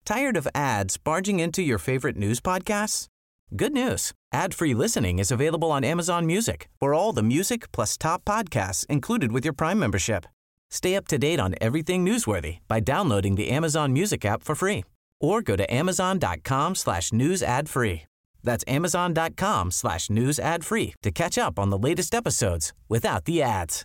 Tired of ads barging into your favorite news podcasts? Good news. Ad-free listening is available on Amazon Music for all the music plus top podcasts included with your Prime membership. Stay up to date on everything newsworthy by downloading the Amazon Music app for free or go to amazon.com/news ad free. That's amazon.com/news ad free to catch up on the latest episodes without the ads.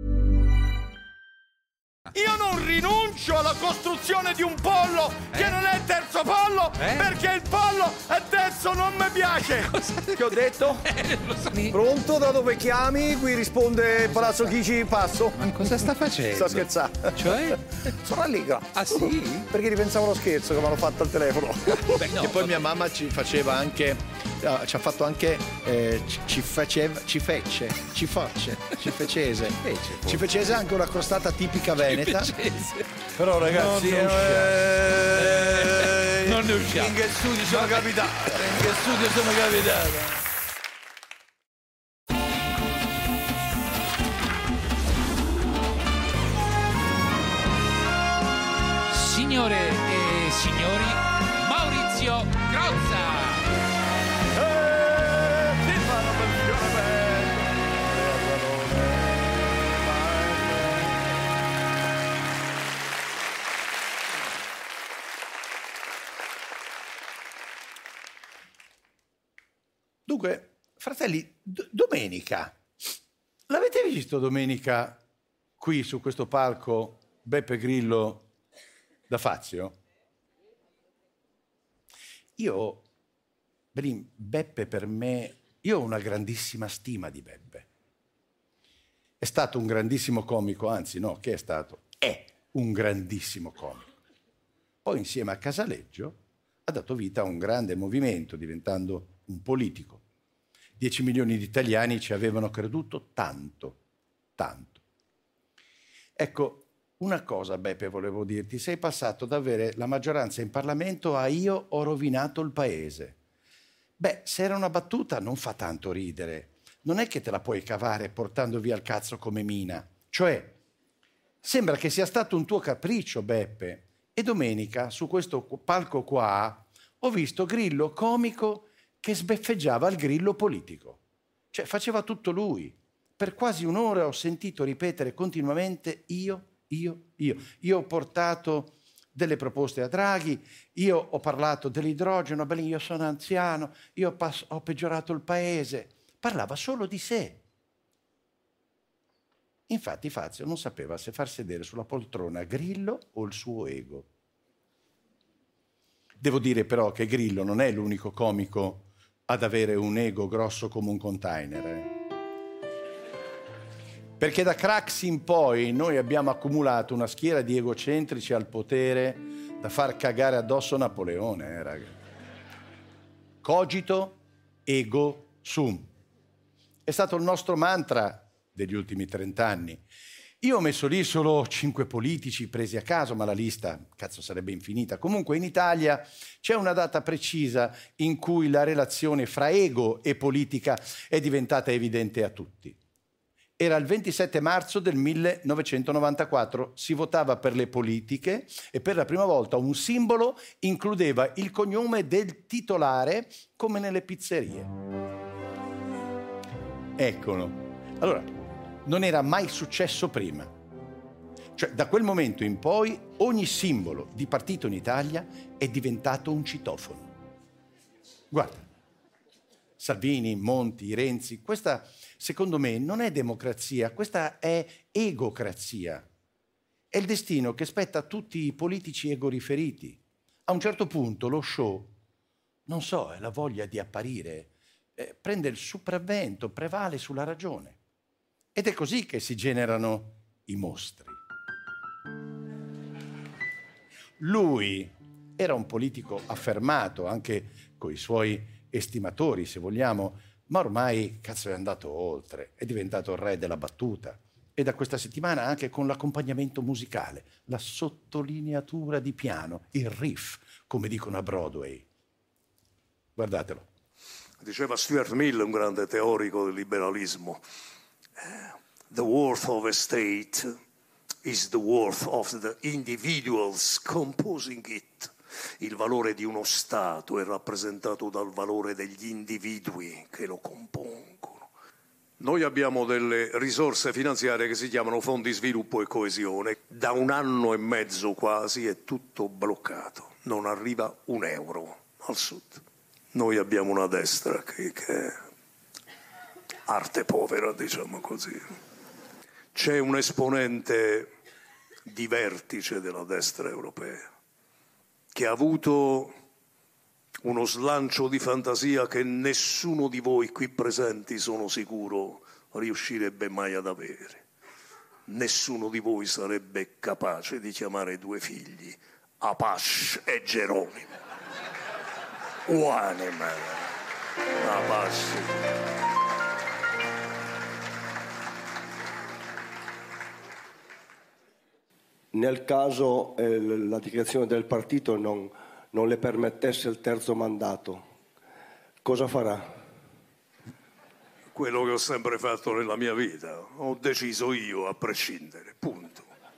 Io non rinuncio alla costruzione di un pollo che non è terzo pollo perché il pollo è terzo, non mi piace. Che ho detto? Lo so. Pronto, da dove chiami? Qui risponde Palazzo Chigi, passo. Ma cosa sta facendo? Sto scherzando. Cioè? Sono allegra. Ah sì? Perché ripensavo allo scherzo che mi hanno fatto al telefono. Beh, no, e poi mia mamma ci faceva anche, ci ha fatto anche, ci fecese anche una crostata tipica veneta. Però ragazzi, non ne usciamo. in che studio sono capitato? In che studio sono capitato? Signore e signori, Maurizio Grozza. Dunque, fratelli, domenica, l'avete visto domenica qui su questo palco Beppe Grillo da Fazio? Beppe per me, io ho una grandissima stima di Beppe. È stato un grandissimo comico, anzi no, che è stato? È un grandissimo comico. Poi insieme a Casaleggio ha dato vita a un grande movimento, diventando un politico. 10 milioni di italiani ci avevano creduto tanto. Ecco, una cosa, Beppe, volevo dirti. Sei passato da avere la maggioranza in Parlamento a io ho rovinato il paese. Beh, se era una battuta non fa tanto ridere. Non è che te la puoi cavare portando via il cazzo come Mina. Cioè, sembra che sia stato un tuo capriccio, Beppe. E domenica, su questo palco qua, ho visto Grillo comico che sbeffeggiava il Grillo politico. Cioè, faceva tutto lui. Per quasi un'ora ho sentito ripetere continuamente io ho portato delle proposte a Draghi, io ho parlato dell'idrogeno, io sono anziano, ho peggiorato il paese. Parlava solo di sé. Infatti Fazio non sapeva se far sedere sulla poltrona Grillo o il suo ego. Devo dire però che Grillo non è l'unico comico ad avere un ego grosso come un container. Perché da Craxi in poi noi abbiamo accumulato una schiera di egocentrici al potere da far cagare addosso Napoleone, raga. Cogito ego sum. È stato il nostro mantra degli ultimi 30 anni. Io ho messo lì solo 5 politici presi a caso, ma la lista, cazzo, sarebbe infinita. Comunque in Italia c'è una data precisa in cui la relazione fra ego e politica è diventata evidente a tutti. Era il 27 marzo del 1994, si votava per le politiche e per la prima volta un simbolo includeva il cognome del titolare come nelle pizzerie. Eccolo. Allora, non era mai successo prima. Cioè, da quel momento in poi, ogni simbolo di partito in Italia è diventato un citofono. Guarda, Salvini, Monti, Renzi, questa, secondo me, non è democrazia, questa è egocrazia. È il destino che spetta a tutti i politici egoriferiti. A un certo punto lo show, non so, è la voglia di apparire, prende il sopravvento, prevale sulla ragione. Ed è così che si generano i mostri. Lui era un politico affermato, anche con i suoi estimatori, se vogliamo, ma ormai, cazzo, è andato oltre, è diventato il re della battuta. E da questa settimana anche con l'accompagnamento musicale, la sottolineatura di piano, il riff, come dicono a Broadway. Guardatelo. Diceva Stuart Mill, un grande teorico del liberalismo, the worth of a state is the worth of the individuals composing it. Il valore di uno Stato è rappresentato dal valore degli individui che lo compongono. Noi abbiamo delle risorse finanziarie che si chiamano fondi sviluppo e coesione. Da 1 anno e mezzo quasi è tutto bloccato, non arriva un euro al sud. Noi abbiamo una destra che è arte povera, diciamo così. C'è un esponente di vertice della destra europea che ha avuto uno slancio di fantasia che nessuno di voi qui presenti, sono sicuro, riuscirebbe mai ad avere. Nessuno di voi sarebbe capace di chiamare 2 figli Apache e Geronimo. Uanima, Apache. Nel caso la dichiarazione del partito non le permettesse il terzo mandato, cosa farà? Quello che ho sempre fatto nella mia vita, ho deciso io a prescindere, punto.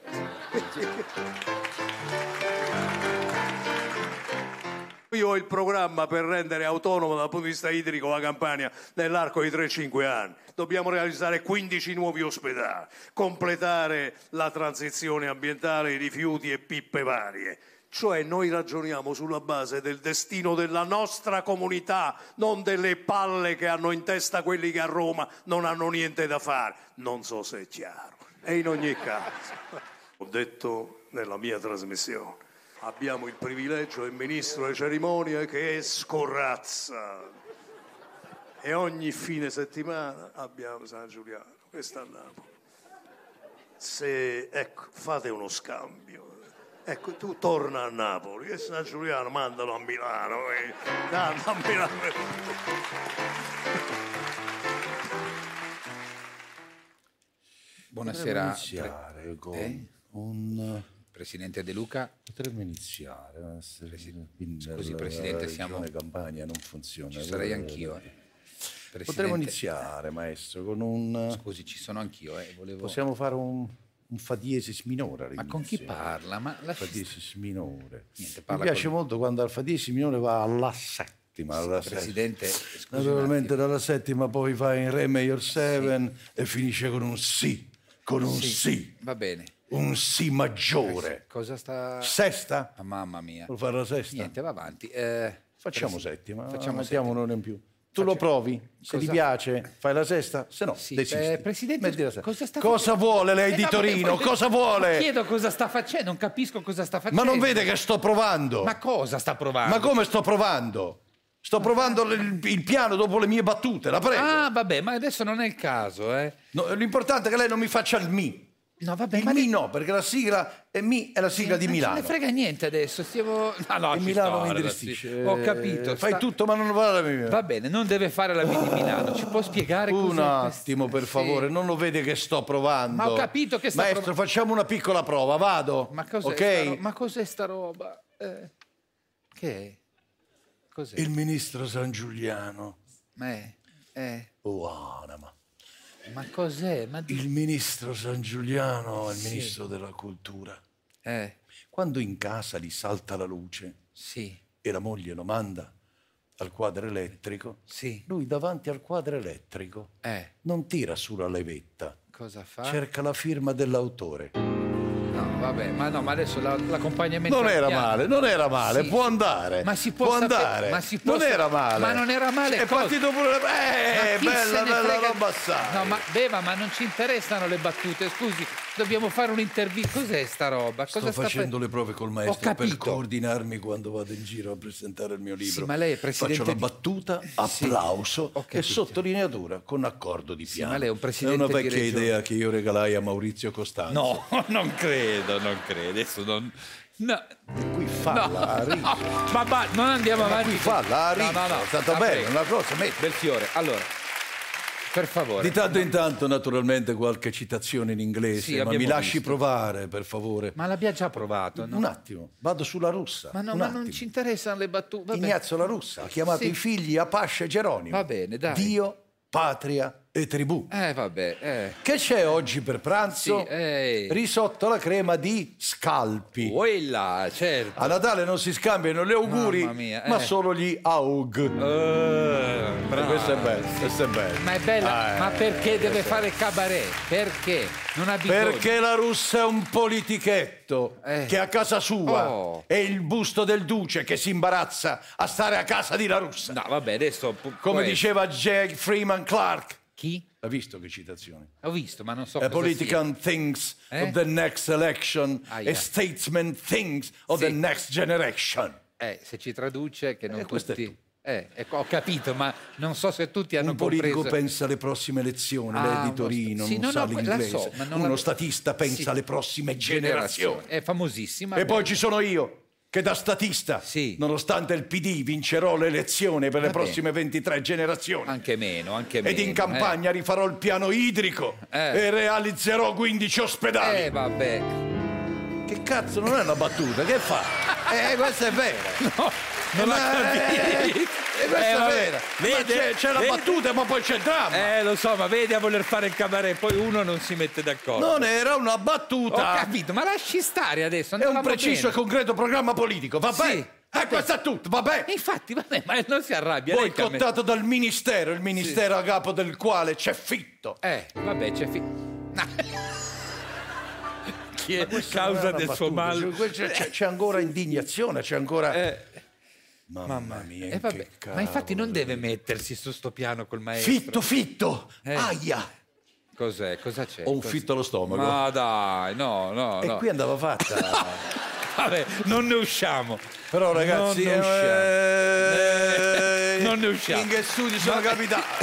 Io ho il programma per rendere autonoma dal punto di vista idrico la Campania nell'arco di 3-5 anni. Dobbiamo realizzare 15 nuovi ospedali, completare la transizione ambientale, i rifiuti e pippe varie. Cioè noi ragioniamo sulla base del destino della nostra comunità, non delle palle che hanno in testa quelli che a Roma non hanno niente da fare. Non so se è chiaro. E in ogni caso, ho detto nella mia trasmissione, abbiamo il privilegio del ministro delle cerimonie che scorrazza e ogni fine settimana abbiamo San Giuliano che sta a Napoli. Se, ecco, fate uno scambio, ecco, tu torna a Napoli e San Giuliano mandalo a Milano, a Milano. Buonasera. Iniziare con un... Presidente De Luca. Potremmo iniziare. Scusi, Presidente, siamo... La Campania non funziona. Ci sarei anch'io. Potremmo iniziare, maestro, con un... Scusi, ci sono anch'io. Volevo... Possiamo fare un fa diesis minore. Ma con chi parla? Ma la... Fa diesis minore. Niente, mi piace molto quando al fa diesis minore va alla settima. Alla Presidente, settima. Naturalmente dalla settima poi fa in Re Major 7 e finisce con un sì. Con un sì. Va bene. Un sì maggiore. Cosa sta... Sesta? Ah, mamma mia. Vuoi fare la sesta? Niente, va avanti. Facciamo settima. Facciamo mettiamo un'ora in più. Tu lo provi? Se ti piace, fai la sesta. Se no, desisti. Presidente, cosa vuole lei di Torino? Cosa vuole? Chiedo cosa sta facendo, non capisco cosa sta facendo. Ma non vede che sto provando? Ma cosa sta provando? Ma come sto provando? Sto provando il piano dopo le mie battute, la prego. Ah, vabbè, ma adesso non è il caso, No, l'importante è che lei non mi faccia il mi. No, vabbè, il mi no, perché la sigla è mi è la sigla di Milano. Non ne frega niente adesso, stiamo... No, e Milano mi indristisce. Ho capito. Fai tutto, ma non vale la mia. Va bene, non deve fare la mi di Milano. Ci può spiegare un attimo, per favore, non lo vede che sto provando? Ma ho capito che sta Maestro, facciamo una piccola prova, vado. Ma cos'è okay? Ma cos'è sta roba? Che è? Cos'è? Il ministro San Giuliano. Ma cos'è? Il ministro San Giuliano è il ministro della cultura. Quando in casa gli salta la luce e la moglie lo manda al quadro elettrico, lui davanti al quadro elettrico non tira su la levetta. Cosa fa? Cerca la firma dell'autore. No, vabbè, ma adesso l'accompagnamento non era male, sì. Può andare. Ma si può andare. Ma si può non era male. Ma non era male. È partito pure bella roba assai. No, ma Beva, ma non ci interessano le battute. Scusi, dobbiamo fare un'intervista. Cos'è sta roba? Sto facendo le prove col maestro per coordinarmi quando vado in giro a presentare il mio libro. Sì, ma lei è presidente. Faccio la battuta, applauso e sottolineatura con accordo di piano. Ma lei è un presidente. È una vecchia idea che io regalai a Maurizio Costanzo. No, non credo. Adesso non... No. Qui falla a riso. Ma non andiamo avanti. Qui falla a riso. No. È stata bella una cosa. Belfiore, allora, per favore. Di tanto in tanto, naturalmente, qualche citazione in inglese, ma mi lasci provare, per favore. Ma l'abbia già provato, no? Un attimo, vado sulla russa. Ma non ci interessano le battute. Ignazio La Russa ha chiamato i figli Apache e Geronimo. Va bene, dai. Dio, patria e tribù. Vabbè. Che c'è oggi per pranzo? Sì, Risotto alla crema di scalpi. Quella, certo. A Natale non si scambiano gli auguri, Mamma mia, ma solo gli aug. Questo è bello, questo è bello. Ma è bella, ma perché deve fare cabaret? Perché? Non ha bisogno. Perché la Russa è un politichetto che a casa sua è il busto del duce che si imbarazza a stare a casa di La Russa. No, vabbè, adesso... Come diceva J. Freeman Clark. Chi? Ha visto che citazione? Ho visto, ma non so A cosa politician sia. thinks of the next election. A statesman thinks of the next generation. Se ci traduce che non questo tutti... ho capito, ma non so se tutti hanno Un politico compreso. pensa alle prossime elezioni, lei di Torino non sa l'inglese. So, ma non Uno statista pensa alle prossime generazioni. È famosissima. E poi ci sono io, che da statista, nonostante il PD, vincerò le elezioni per le prossime 23 generazioni. Anche meno. Ed in campagna rifarò il piano idrico e realizzerò 15 ospedali. Vabbè. Che cazzo, non è una battuta, che fa? Questa è vera. No, non la capito. Questa è vera. C'è la battuta, ma poi c'è il dramma. Lo so, ma vedi a voler fare il cabaret, poi uno non si mette d'accordo. Non era una battuta. Ho capito, ma lasci stare adesso. È un preciso e concreto programma politico, va bene? Questo è tutto, va bene? Infatti, vabbè, ma non si arrabbia. Boicottato dal ministero, il ministero a capo del quale c'è Fitto. Vabbè, c'è Fitto. Chi è causa del suo male? C'è ancora indignazione, c'è ancora... Mamma mia, vabbè. Ma infatti non deve mettersi su sto piano col maestro. Fitto! Aia! Cos'è? Cosa c'è? Ho un fitto allo stomaco. Ma dai, no. E qui andava fatta. Vabbè, non ne usciamo. Però ragazzi, non ne usciamo. In che studio sono capitato?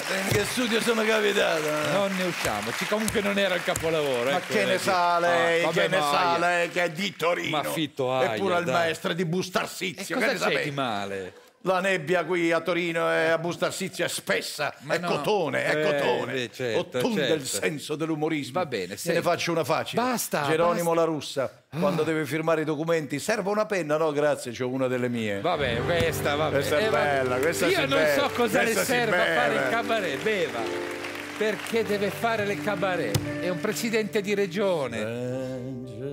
Non ne usciamo. Comunque non era il capolavoro. Ma che ne sa lei? Che ne sa lei che è di Torino? Ma Fitto Aia, eppure il maestro di Bustarsizio. Cosa c'è di male? La nebbia qui a Torino e a Bustarsizio è spessa, è cotone. Certo, ottunde il senso dell'umorismo. Va bene, ne faccio una facile. Basta. Geronimo La Russa, quando deve firmare i documenti, serve una penna? No, grazie, c'ho una delle mie. Vabbè, questa è bella, questa io non so cosa le questa serve a fare il cabaret, beva. Perché deve fare le cabaret? È un presidente di regione.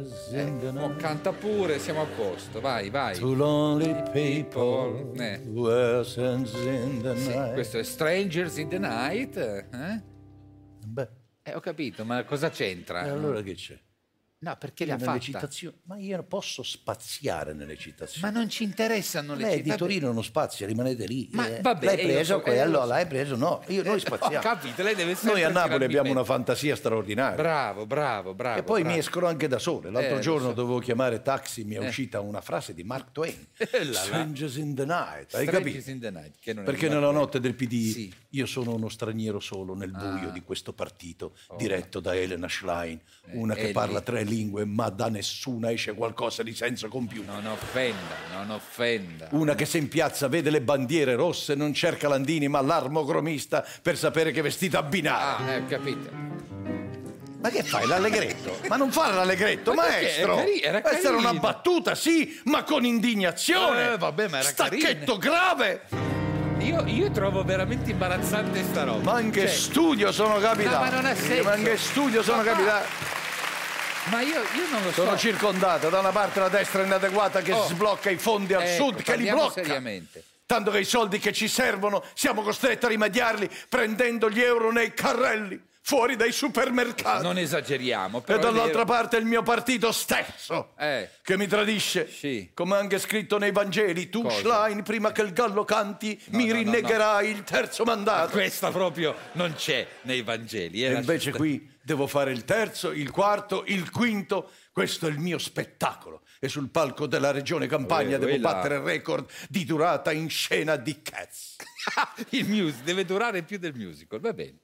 Canta pure, siamo a posto. Vai. Two lonely people were strangers in the night. Questo è Strangers in the Night. Beh. Ho capito, ma cosa c'entra? E allora che c'è? No, perché le ha nelle fatta? citazioni, ma io posso spaziare nelle citazioni. Ma non ci interessano le lei citazioni. di Torino non spazia, rimanete lì. Ma vabbè, l'hai preso quello, l'hai preso no. Noi spaziamo. Ho capito, lei deve sempre Noi a Napoli abbiamo tirarmi una fantasia straordinaria. Bravo. E poi mi escono anche da sole. L'altro giorno so. dovevo chiamare taxi, mi è uscita una frase di Mark Twain. Strangers in the night. Hai capito? In the night, che non è perché nella notte del PD sì. io sono uno straniero solo nel buio di questo partito diretto da Elena Schlein, una che parla 3 lingue ma da nessuna esce qualcosa di senso compiuto. Non offenda. Una che se in piazza vede le bandiere rosse non cerca Landini ma l'armocromista per sapere che vestito abbinare. Ho capito. Ma che fai, l'allegretto? Ma non fare l'allegretto, ma maestro! Era questa era una battuta, sì, ma con indignazione! Vabbè, ma era stacchetto grave! Io trovo veramente imbarazzante sta roba. Ma anche studio sono capitato. No, ma non ha senso. Ma anche studio sono capitato. Ma io non lo so. Sono circondato da una parte la destra inadeguata che sblocca i fondi al sud, che li blocca. Seriamente. Tanto che i soldi che ci servono siamo costretti a rimediarli prendendo gli euro nei carrelli fuori dai supermercati. Non esageriamo. Però e dall'altra parte il mio partito stesso che mi tradisce. Sì. Come anche scritto nei Vangeli, tu Schlein, prima che il gallo canti, mi rinnegherai il terzo mandato. Ma questa proprio non c'è nei Vangeli. E invece qui devo fare il terzo, il quarto, il quinto. Questo è il mio spettacolo. E sul palco della regione Campania devo battere il record di durata in scena di Cats. Il musical deve durare più del musical. Va bene.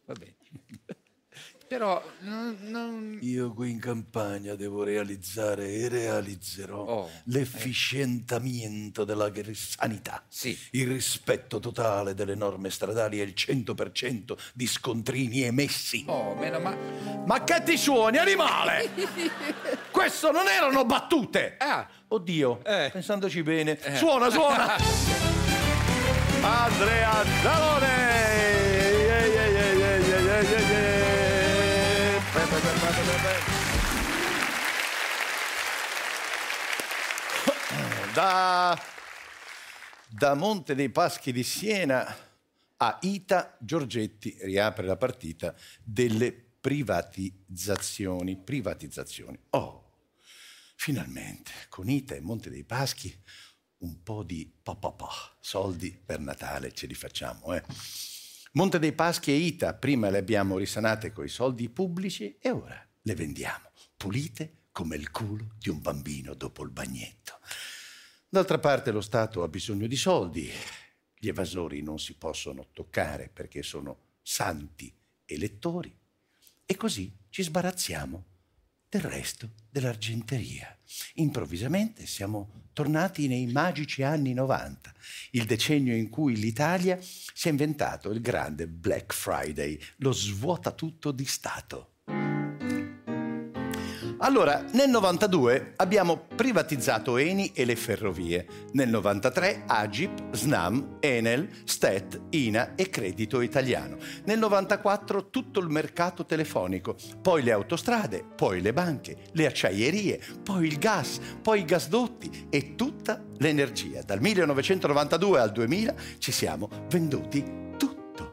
Però io qui in Campania devo realizzare e realizzerò l'efficientamento della sanità, il rispetto totale delle norme stradali e il 100% di scontrini emessi. Ma che ti suoni, animale? Questo non erano battute. Oddio, pensandoci bene. Suona. Andrea Zalone. Da Monte dei Paschi di Siena a Ita, Giorgetti riapre la partita delle privatizzazioni. Oh, finalmente, con Ita e Monte dei Paschi un po' di soldi per Natale ce li facciamo, Monte dei Paschi e Ita prima le abbiamo risanate coi soldi pubblici e ora le vendiamo pulite come il culo di un bambino dopo il bagnetto. D'altra parte lo Stato ha bisogno di soldi, gli evasori non si possono toccare perché sono santi elettori e così ci sbarazziamo del resto dell'argenteria. Improvvisamente siamo tornati nei magici anni 90, il decennio in cui l'Italia si è inventato il grande Black Friday, lo svuota tutto di Stato. Allora, nel 92 abbiamo privatizzato Eni e le ferrovie. Nel 93 Agip, Snam, Enel, Stet, Ina e Credito Italiano. Nel 94 tutto il mercato telefonico, poi le autostrade, poi le banche, le acciaierie, poi il gas, poi i gasdotti e tutta l'energia. Dal 1992 al 2000 ci siamo venduti tutto.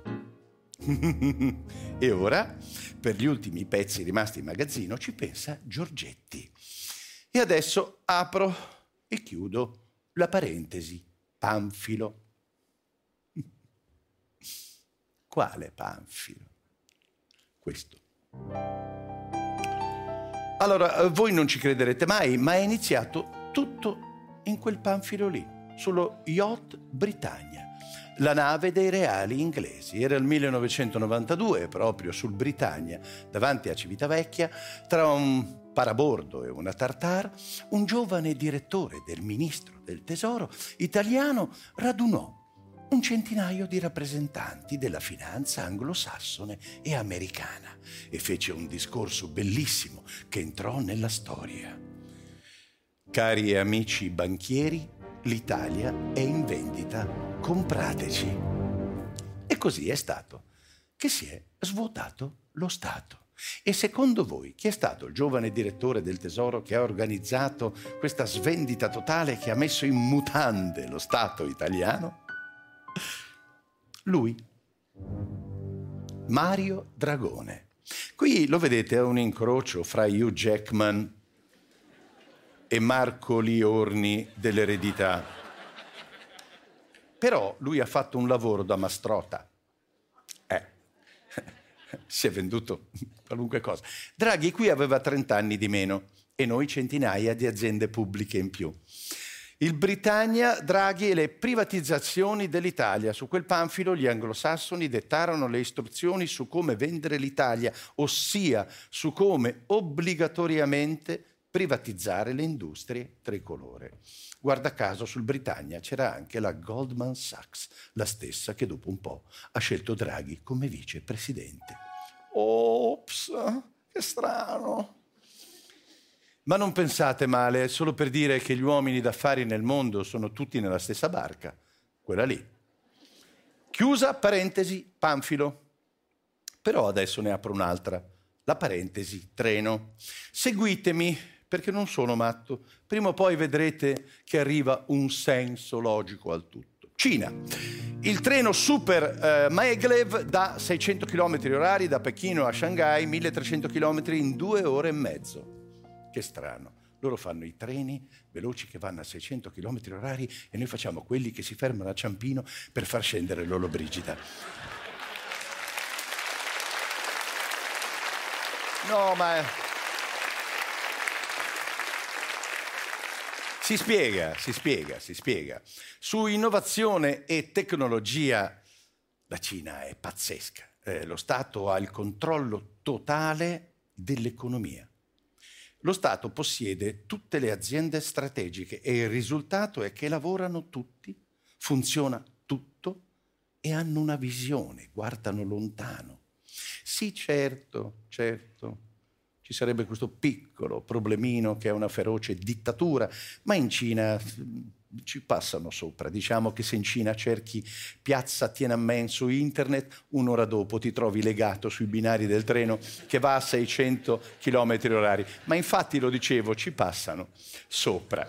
E ora, per gli ultimi pezzi rimasti in magazzino, ci pensa Giorgetti. E adesso apro e chiudo la parentesi. Panfilo. Quale Panfilo? Questo. Allora, voi non ci crederete mai, ma è iniziato tutto in quel Panfilo lì, sullo yacht Britannia. La nave dei reali inglesi. Era il 1992, proprio sul Britannia, davanti a Civitavecchia, tra un parabordo e una tartare, un giovane direttore del ministro del tesoro italiano radunò un centinaio di rappresentanti della finanza anglosassone e americana e fece un discorso bellissimo che entrò nella storia. Cari amici banchieri, l'Italia è in vendita, comprateci. E così è stato che si è svuotato lo Stato. E secondo voi chi è stato il giovane direttore del Tesoro che ha organizzato questa svendita totale che ha messo in mutande lo Stato italiano? Lui, Mario Dragone. Qui lo vedete, è un incrocio fra Hugh Jackman e Marco Liorni dell'Eredità. Però lui ha fatto un lavoro da mastrota. Si è venduto qualunque cosa. Draghi qui aveva 30 anni di meno e noi centinaia di aziende pubbliche in più. Il Britannia, Draghi e le privatizzazioni dell'Italia. Su quel panfilo gli anglosassoni dettarono le istruzioni su come vendere l'Italia, ossia su come obbligatoriamente privatizzare le industrie tricolore. Guarda caso sul Britannia c'era anche la Goldman Sachs, la stessa che dopo un po' ha scelto Draghi come vicepresidente. Ops, che strano. Ma non pensate male, è solo per dire che gli uomini d'affari nel mondo sono tutti nella stessa barca, quella lì. Chiusa parentesi, panfilo. Però adesso ne apro un'altra, la parentesi treno. Seguitemi, perché non sono matto. Prima o poi vedrete che arriva un senso logico al tutto. Cina. Il treno Super Maglev da 600 km/h da Pechino a Shanghai, 1300 km in 2 ore e mezzo. Che strano. Loro fanno i treni veloci che vanno a 600 km/h e noi facciamo quelli che si fermano a Ciampino per far scendere Lollobrigida. No, ma... Si spiega. Su innovazione e tecnologia la Cina è pazzesca. Lo Stato ha il controllo totale dell'economia. Lo Stato possiede tutte le aziende strategiche e il risultato è che lavorano tutti, funziona tutto e hanno una visione, guardano lontano. Sì, certo. Ci sarebbe questo piccolo problemino che è una feroce dittatura, ma in Cina ci passano sopra. Diciamo che se in Cina cerchi piazza Tiananmen su internet, un'ora dopo ti trovi legato sui binari del treno che va a 600 km/h. Ma infatti, lo dicevo, ci passano sopra.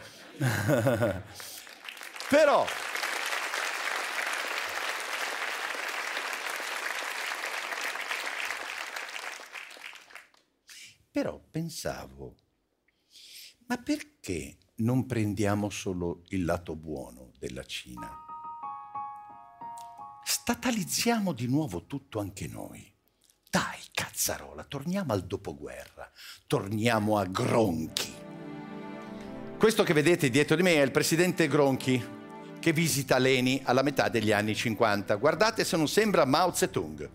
Però pensavo, ma perché non prendiamo solo il lato buono della Cina? Statalizziamo di nuovo tutto anche noi. Dai, cazzarola, torniamo al dopoguerra, torniamo a Gronchi. Questo che vedete dietro di me è il presidente Gronchi che visita Leni alla metà degli anni 50. Guardate se non sembra Mao Zedong.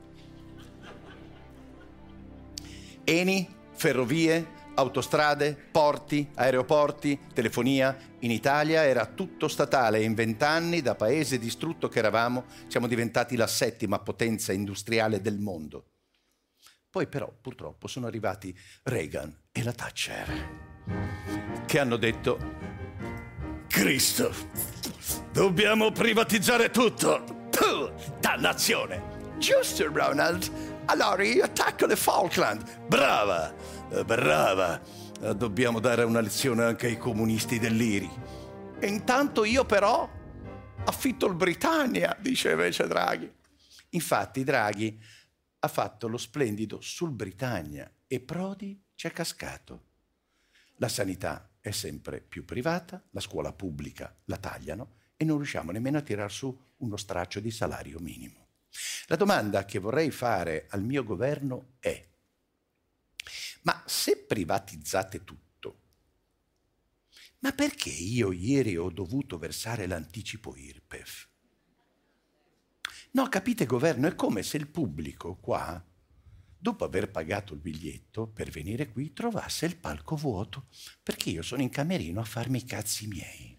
Eni, ferrovie, autostrade, porti, aeroporti, telefonia. In Italia era tutto statale e in 20 anni, da paese distrutto che eravamo, siamo diventati la 7ª potenza industriale del mondo. Poi però, purtroppo, sono arrivati Reagan e la Thatcher, che hanno detto: Cristo, dobbiamo privatizzare tutto. Dannazione. Giusto, Ronald. Allora io attacco le Falkland. Brava, brava. Dobbiamo dare una lezione anche ai comunisti dell'IRI. E intanto io però affitto il Britannia, dice invece Draghi. Infatti Draghi ha fatto lo splendido sul Britannia e Prodi ci è cascato. La sanità è sempre più privata, la scuola pubblica la tagliano e non riusciamo nemmeno a tirar su uno straccio di salario minimo. La domanda che vorrei fare al mio governo è: ma se privatizzate tutto, ma perché io ieri ho dovuto versare l'anticipo IRPEF? No, capite governo, è come se il pubblico qua, dopo aver pagato il biglietto per venire qui, trovasse il palco vuoto, perché io sono in camerino a farmi i cazzi miei.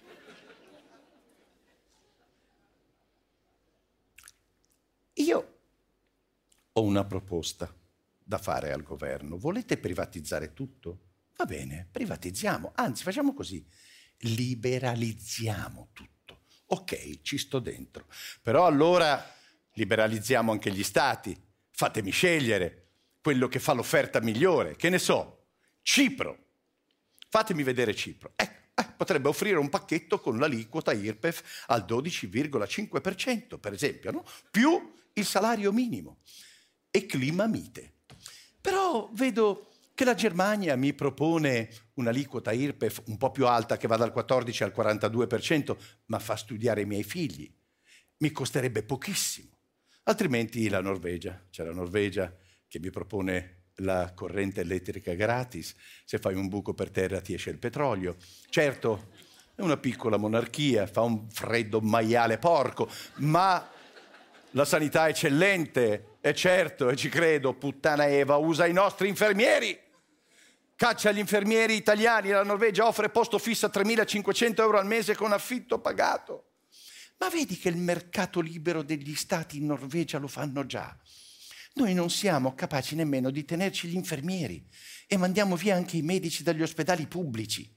Io ho una proposta da fare al governo. Volete privatizzare tutto? Va bene, privatizziamo. Anzi, facciamo così. Liberalizziamo tutto. Ok, ci sto dentro. Però allora liberalizziamo anche gli stati. Fatemi scegliere quello che fa l'offerta migliore. Che ne so, Cipro. Fatemi vedere Cipro. Potrebbe offrire un pacchetto con l'aliquota IRPEF al 12,5%, per esempio, no? Più il salario minimo e clima mite. Però vedo che la Germania mi propone un'aliquota IRPEF un po' più alta, che va dal 14 al 42%, ma fa studiare i miei figli. Mi costerebbe pochissimo. Altrimenti la Norvegia. C'è la Norvegia che mi propone la corrente elettrica gratis. Se fai un buco per terra ti esce il petrolio. Certo, è una piccola monarchia, fa un freddo maiale porco, ma la sanità è eccellente, è certo, e ci credo. Puttana Eva, usa i nostri infermieri. Caccia gli infermieri italiani. La Norvegia offre posto fisso a 3.500 euro al mese con affitto pagato. Ma vedi che il mercato libero degli stati in Norvegia lo fanno già. Noi non siamo capaci nemmeno di tenerci gli infermieri e mandiamo via anche i medici dagli ospedali pubblici.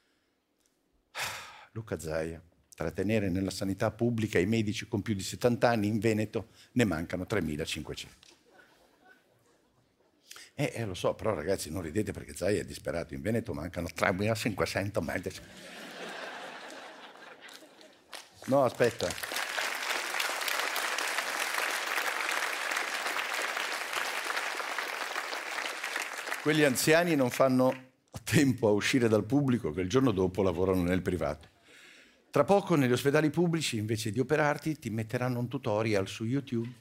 Luca Zaia, trattenere nella sanità pubblica i medici con più di 70 anni in Veneto ne mancano 3.500. Lo so, però ragazzi non ridete perché Zaia è disperato. In Veneto mancano 3.500 medici. No, aspetta. Quegli anziani non fanno tempo a uscire dal pubblico che il giorno dopo lavorano nel privato. Tra poco negli ospedali pubblici, invece di operarti, ti metteranno un tutorial su YouTube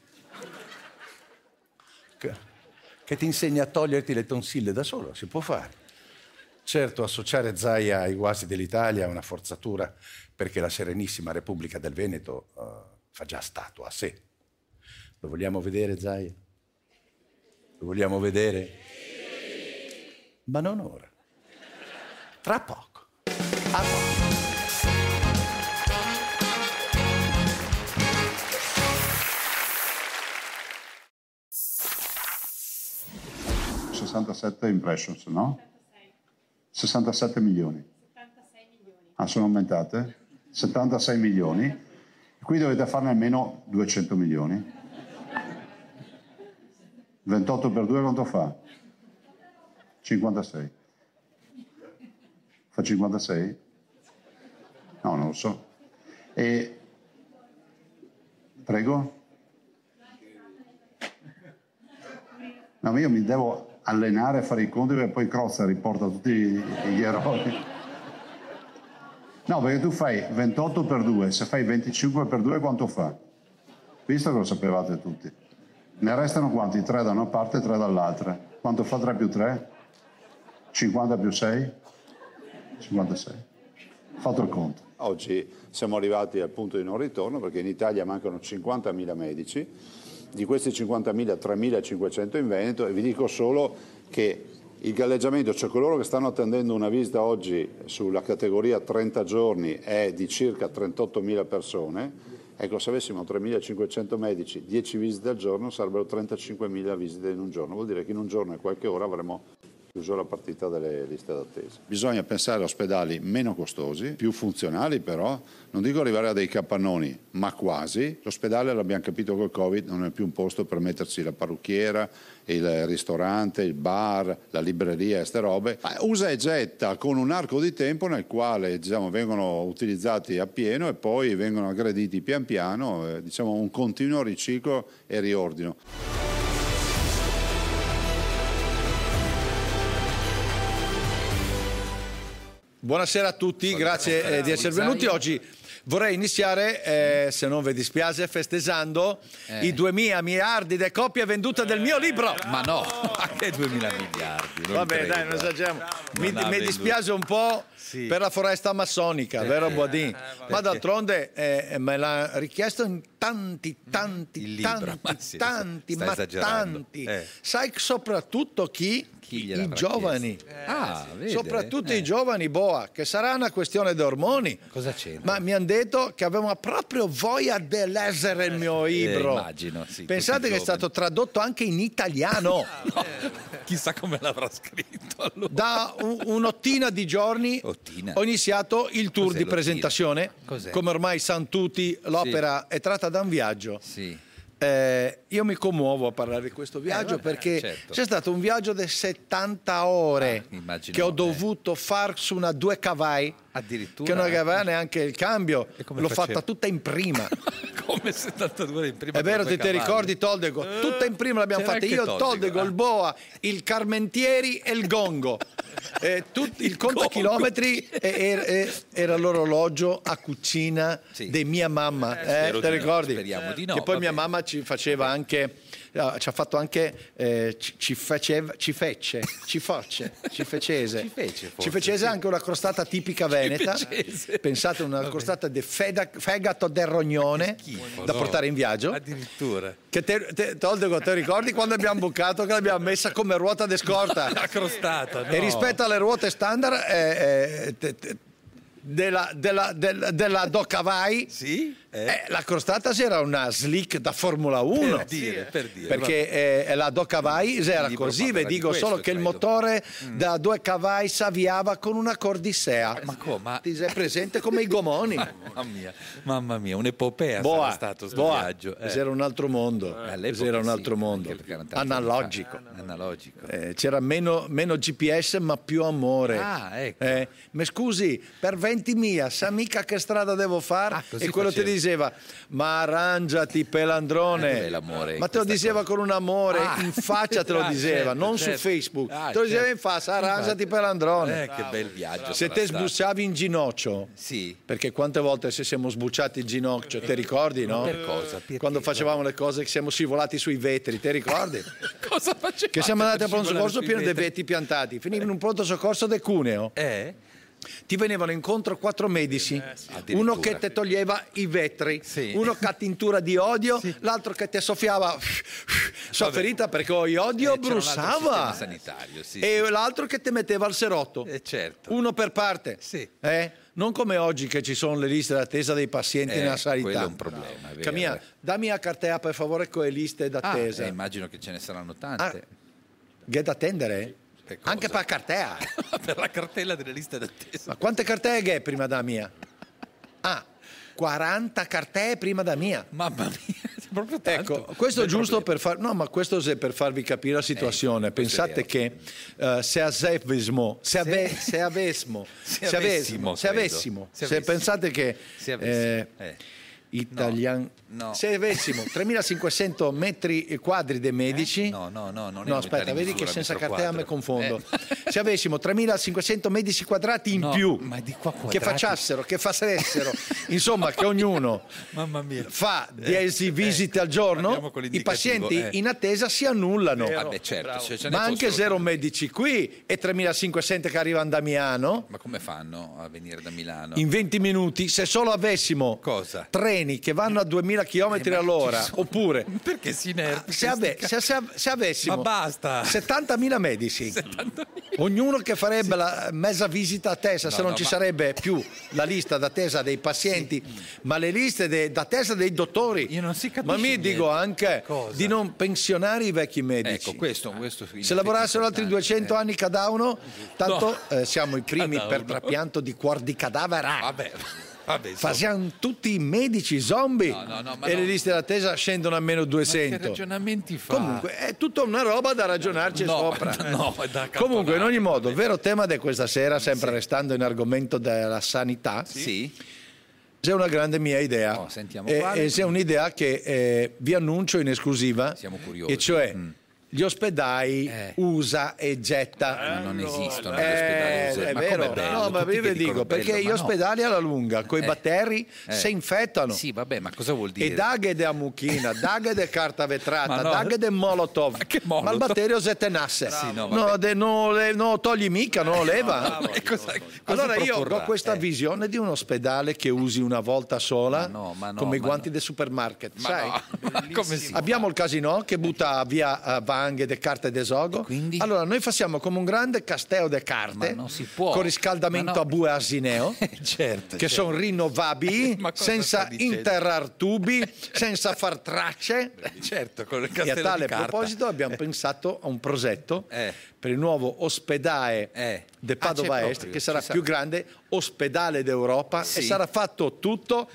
che ti insegna a toglierti le tonsille da solo. Si può fare. Certo, associare Zaia ai guasti dell'Italia è una forzatura, perché la Serenissima Repubblica del Veneto fa già statua a sé. Lo vogliamo vedere, Zaia? Lo vogliamo vedere? Ma non ora. Tra poco. A poco. ...67 impressions, no? 67 milioni. 76 milioni. Ah, sono aumentate? 76 milioni, qui dovete farne almeno 200 milioni. 28 per 2 quanto fa? 56. Fa 56? No, non lo so. E prego? No, ma io mi devo allenare a fare i conti perché poi Crozza riporta tutti gli eroi. No, perché tu fai 28 per 2, se fai 25 per 2 quanto fa? Visto che lo sapevate tutti. Ne restano quanti? 3 da una parte e 3 dall'altra. Quanto fa 3 più 3? 50 più 6? 56. Fatto il conto. Oggi siamo arrivati al punto di non ritorno perché in Italia mancano 50.000 medici, di questi 50.000 3.500 in Veneto, e vi dico solo che il galleggiamento, cioè coloro che stanno attendendo una visita oggi sulla categoria 30 giorni è di circa 38.000 persone. Ecco, se avessimo 3.500 medici, 10 visite al giorno, sarebbero 35.000 visite in un giorno. Vuol dire che in un giorno e qualche ora avremo chiuso la partita delle liste d'attesa. Bisogna pensare a ospedali meno costosi, più funzionali però, non dico arrivare a dei capannoni, ma quasi. L'ospedale, l'abbiamo capito col Covid, non è più un posto per mettersi la parrucchiera, il ristorante, il bar, la libreria e ste robe. Usa e getta con un arco di tempo nel quale vengono utilizzati a pieno e poi vengono aggrediti pian piano, un continuo riciclo e riordino. Buonasera a tutti, grazie di essere venuti. Oggi vorrei iniziare, se non vi dispiace, festeggiando i 2.000 miliardi di copie vendute del mio libro. Ma no, anche 2.000 miliardi. Vabbè, dai, non esageriamo. Mi dispiace un po' per la foresta amazzonica, vero Boadin? Ma d'altronde me l'ha richiesto in tanti. Sai soprattutto chi? I giovani. Vede? Soprattutto i giovani, Boa, che sarà una questione di ormoni. Cosa c'entra? Ma mi hanno detto che avevano proprio voglia di leggere il mio libro. Immagino, sì. Pensate che è stato tradotto anche in italiano. No, chissà come l'avrà scritto allora. Da un'ottina di giorni ho iniziato il tour di presentazione. Cos'è? Come ormai sanno tutti, l'opera è tratta da un viaggio. Sì. Io mi commuovo a parlare di questo viaggio perché c'è stato un viaggio di 70 ore che ho dovuto far su una 2 cavalli, addirittura, che non aveva neanche il cambio, l'ho fatta tutta in prima. Come 72 ore in prima? È vero, ti ricordi Toldego? Tutta in prima l'abbiamo fatta io, Toldego, il Boa, il Carmentieri e il Gongo. Il contachilometri era l'orologio a cucina di mia mamma, ti ricordi? Speriamo di no. Che poi mia mamma ci faceva anche, ci ha fatto anche, ci fece anche una crostata tipica veneta. Pensate, una crostata di fegato del rognone da portare in viaggio. Addirittura. Che Toldego, te ricordi quando abbiamo bucato che l'abbiamo messa come ruota di scorta? La crostata, no. E rispetto alle ruote standard della Docavai, la crostata era una slick da Formula 1 per dire, perché la Docavai era così, vi dico solo che il motore da 2 cavalli si avviava con una cordissea. Ma ti sei presente come i gomoni? Mamma mia, un'epopea sarà stato sto viaggio. Era un altro mondo, era un altro mondo analogico. C'era meno GPS ma più amore. Ecco. Ma scusi, per 20.000 sa mica che strada devo fare? E quello ti diceva, ma arrangiati pelandrone. Ma te lo diceva con un amore, in faccia te lo diceva, non su Facebook. Te lo diceva in faccia, arrangiati pelandrone. Che bel viaggio. Se te sbucciavi in ginocchio, perché quante volte se siamo sbucciati in ginocchio, ti ricordi, no? Per cosa? Perché? Quando facevamo le cose che siamo scivolati sui vetri, ti ricordi? Cosa facevamo? Che siamo andati a pronto soccorso pieno di vetti piantati, finivi in un pronto soccorso di Cuneo. Ti venivano incontro 4 medici, uno che ti toglieva i vetri, uno che ha tintura di odio, l'altro che ti soffiava sua ferita perché iodio bruciava, e l'altro che ti metteva il serotto, uno per parte. Non come oggi che ci sono le liste d'attesa dei pazienti nella sanità. Quello è un problema, vero? Camilla, dammi la cartea per favore con le liste d'attesa. Immagino che ce ne saranno tante. Che da attendere? Anche per la cartea. Per la cartella delle liste d'attesa. Ma quante cartelle che è prima da mia? ha 40 cartee prima da mia. Mamma mia, proprio tanto. Ecco, questo è giusto per questo è per farvi capire la situazione. Pensate che se pensate che se avessimo 3.500 metri quadri dei medici, no, aspetta, vedi che senza cartea mi confondo. Se avessimo 3.500 medici quadrati in più, ma di qua che facessero, insomma, che ognuno mamma mia, fa 10 visite al giorno, i pazienti in attesa si annullano. Certo, ma anche 0 medici qui e 3.500 che arrivano da Milano. Ma come fanno a venire da Milano? In 20 minuti, se solo avessimo treni che vanno a 2000 km all'ora, oppure perché si nervi? Se avessimo ma basta 70.000 medici, ognuno che farebbe la mezza visita a testa, se non ci sarebbe più la lista d'attesa dei pazienti, ma le liste d'attesa dei dottori. Io non si capisce. Ma mi dico anche di non pensionare i vecchi medici. Ecco, questo se lavorassero altri 200 anni cada uno, tanto siamo i primi per trapianto di cuor di cadavere. Vabbè, facciamo tutti i medici zombie e le liste d'attesa scendono a meno 200. Ma che ragionamenti fa? Comunque è tutta una roba da ragionarci sopra. Comunque, in ogni modo, il vero tema di questa sera, sempre restando in argomento della sanità, c'è una grande mia idea. E c'è un'idea che vi annuncio in esclusiva. Siamo curiosi. E cioè gli ospedali usa e getta. Ma non esistono gli ospedali usa. È vero, ma vi dico perché gli ospedali alla lunga coi batteri si infettano. Sì, vabbè, ma cosa vuol dire? E daghe de ammuchina, daghe de carta vetrata, daghe de molotov. Ma il batterio se tenasse. No, togli mica, non lo leva. Allora io ho questa visione di un ospedale che usi una volta sola, come i guanti del supermarket. Sai? Abbiamo il casino che butta via anghe de carte d'esogo. Allora noi facciamo come un grande casteo de carte con riscaldamento a bue asineo che sono rinnovabili senza interrar tubi, senza far tracce. Con il e a tale proposito abbiamo pensato a un progetto per il nuovo ospedale de Padova Est, che sarà più grande ospedale d'Europa e sarà fatto tutto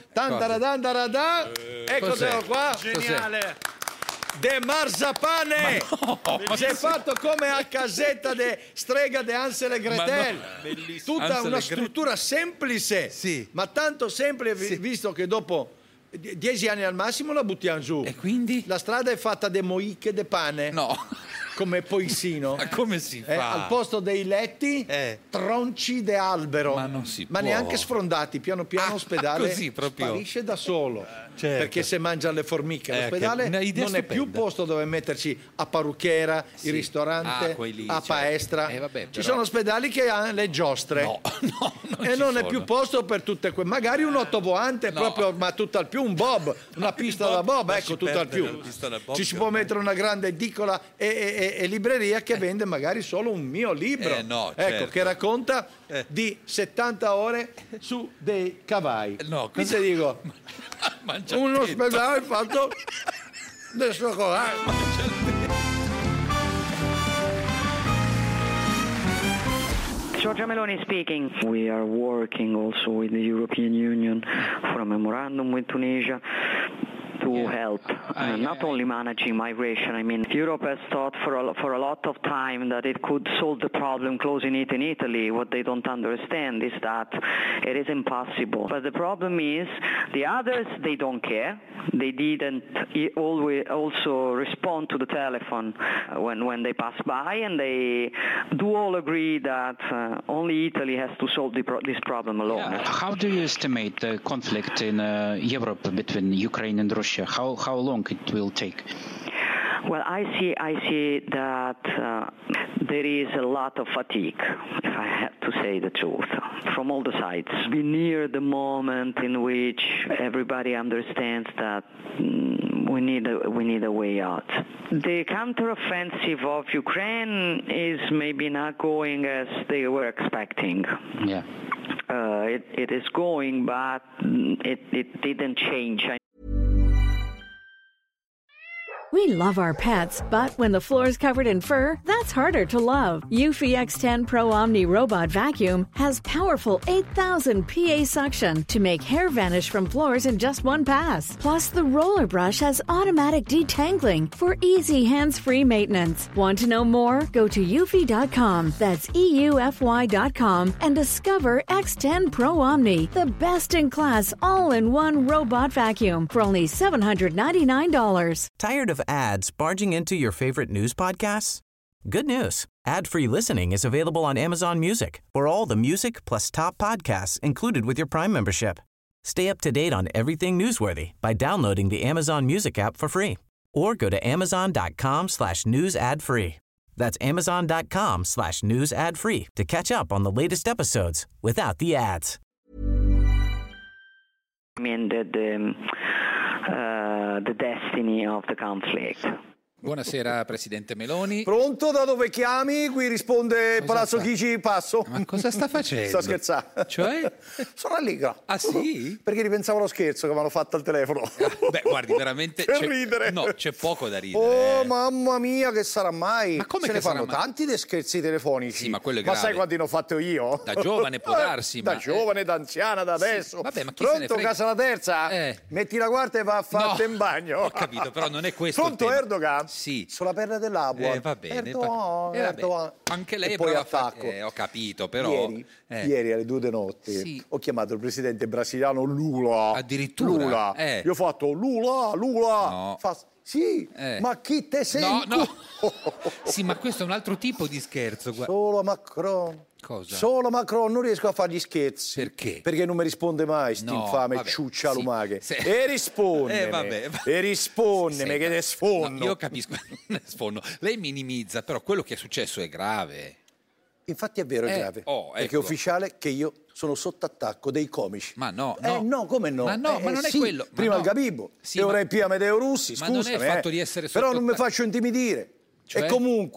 eccolo qua, geniale, de marzapane. Si è fatto come a casetta de strega de Hansel e Gretel, tutta una struttura semplice, ma tanto semplice visto che dopo 10 anni al massimo la buttiamo giù. E quindi? La strada è fatta de moicche de pane. Come Poissino. Ma come si fa? Al posto dei letti, tronci de albero. Ma non si ma può. Neanche sfrondati. Piano piano l'ospedale così proprio sparisce da solo. Perché se mangia le formiche l'ospedale non è più posto dove metterci a parrucchiera, il ristorante, a palestra. Ci sono ospedali che hanno le giostre. Non è più posto per tutte quelle. Magari un ottovolante proprio, ma tutt'al più un bob, una pista da bob, ecco, tutt'al più. Ci si può mettere una grande edicola e libreria che vende magari solo un mio libro, che racconta di 70 ore su dei cavalli. Quindi dico, un ospedale fatto del cioccolato. Giorgia Meloni speaking. We are working also with the European Union for a memorandum with Tunisia to help not only managing migration. I mean, Europe has thought for a lot of time that it could solve the problem closing it in Italy. What they don't understand is that it is impossible. But the problem is the others, they don't care. They didn't always also respond to the telephone when they pass by, and they do all agree that only Italy has to solve this problem alone. How do you estimate the conflict in Europe between Ukraine and Russia? How long it will take? Well, I see that there is a lot of fatigue, if I have to say the truth, from all the sides. We're near the moment in which everybody understands that we need a way out. The counteroffensive of Ukraine is maybe not going as they were expecting. It is going, but it didn't change. We love our pets, but when the floor's covered in fur, that's harder to love. Eufy X10 Pro Omni Robot Vacuum has powerful 8,000 PA suction to make hair vanish from floors in just one pass. Plus, the roller brush has automatic detangling for easy hands-free maintenance. Want to know more? Go to eufy.com, that's EUFY.com, and discover X10 Pro Omni, the best-in-class all-in-one robot vacuum for only $799. Tired of ads barging into your favorite news podcasts? Good news. Ad-free listening is available on Amazon Music for all the music plus top podcasts included with your Prime membership. Stay up to date on everything newsworthy by downloading the Amazon Music app for free or go to amazon.com/news ad free. That's amazon.com/news ad free to catch up on the latest episodes without the ads. I mean, the destiny of the conflict. Buonasera Presidente Meloni. Pronto? Da dove chiami? Qui risponde Palazzo Chigi, passo. Ma cosa sta facendo? Sto scherzando. Cioè? Sono allegro. Ah sì? Perché ripensavo allo scherzo che mi hanno fatto al telefono. Beh, guardi, veramente Per ridere. No, c'è poco da ridere. Oh, mamma mia, che sarà mai? Ma come se che ne fanno sarà mai? tanti dei scherzi telefonici. Sì, ma quello è Ma grave. sai quanti ne ho fatto io? Da giovane può darsi, Da ma giovane, da anziana, da adesso. Vabbè, ma chi se ne Pronto, frega? casa la terza? Metti la quarta e va a farti in bagno. Ho capito, però non è questo Pronto, il tema. Erdogan? Sì. Sulla perla dell'acqua. Va bene. Erdogan, Vabbè. Erdogan. Anche lei e poi prova a attacco. ho capito, però Ieri alle 2 di notte ho chiamato il presidente brasiliano Lula. Addirittura? Lula. Io ho fatto Lula. No. Sì, ma chi te sei? No. Sì, ma questo è un altro tipo di scherzo. Solo Macron. Cosa? Solo Macron, non riesco a fargli scherzi. Perché? Perché non mi risponde mai, st'infame ciuccia lumache. E rispondeme. E rispondeme che ne sfondo. No, io capisco, ne sfondo. Lei minimizza, però quello che è successo è grave. Infatti è vero, è grave. Perché ecco. è ufficiale che io sono sotto attacco dei comici. Ma no. No, come no? Ma no, ma non è sì, quello. Ma prima no. il Gabibo, Sì, e ora il Pia Medeo Russi, ma scusami. non è il fatto di essere sotto però non mi attacco. faccio intimidire. Cioè? E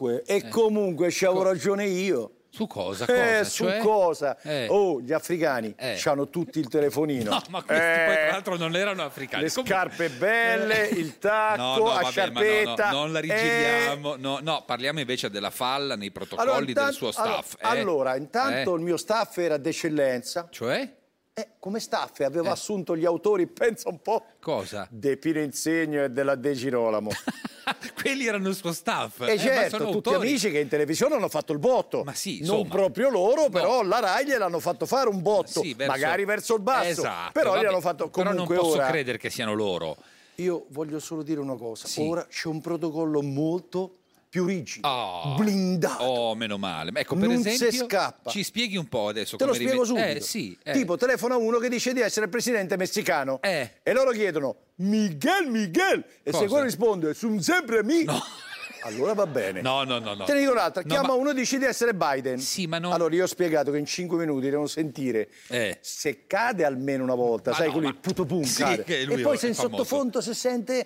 comunque ci avevo ragione io. Su cosa? Su Cioè? cosa? Oh, gli africani hanno tutti il telefonino. No, ma questi poi tra l'altro non erano africani. Le scarpe belle, il tacco, la sciarpetta. Non la rigiriamo. No, parliamo invece della falla nei protocolli del suo staff. Allora, intanto il mio staff era d'eccellenza. Cioè? Come staff avevo assunto gli autori, pensa un po'. Cosa? De Pino Insegno e della De Girolamo. Quelli erano il suo staff. E certo, sono tutti autori. amici che in televisione hanno fatto il botto. Ma sì, non insomma. proprio loro, però la Rai gliel'hanno fatto fare un botto, Sì, magari verso il basso. Esatto, però vabbè, gliel'hanno fatto comunque. Però non posso ora. credere che siano loro. Io voglio solo dire una cosa. Sì. Ora c'è un protocollo molto più rigido, blindato. Oh, meno male. Ecco, per non esempio, si scappa. ci spieghi un po' adesso Te lo come spiego subito. Sì. Tipo, telefona uno che dice di essere il presidente messicano. E loro chiedono, Miguel. E Cosa? se quello risponde, sono sempre mi. No. Allora va bene. No. Te ne dico un'altra. No, Chiama ma- uno e dice di essere Biden. Sì, ma non... Allora io ho spiegato che in 5 minuti devono sentire se cade almeno una volta, Ma sai, no, quello ma- il putopum Sì, cade. che lui E poi è se in famoso. sottofondo si sente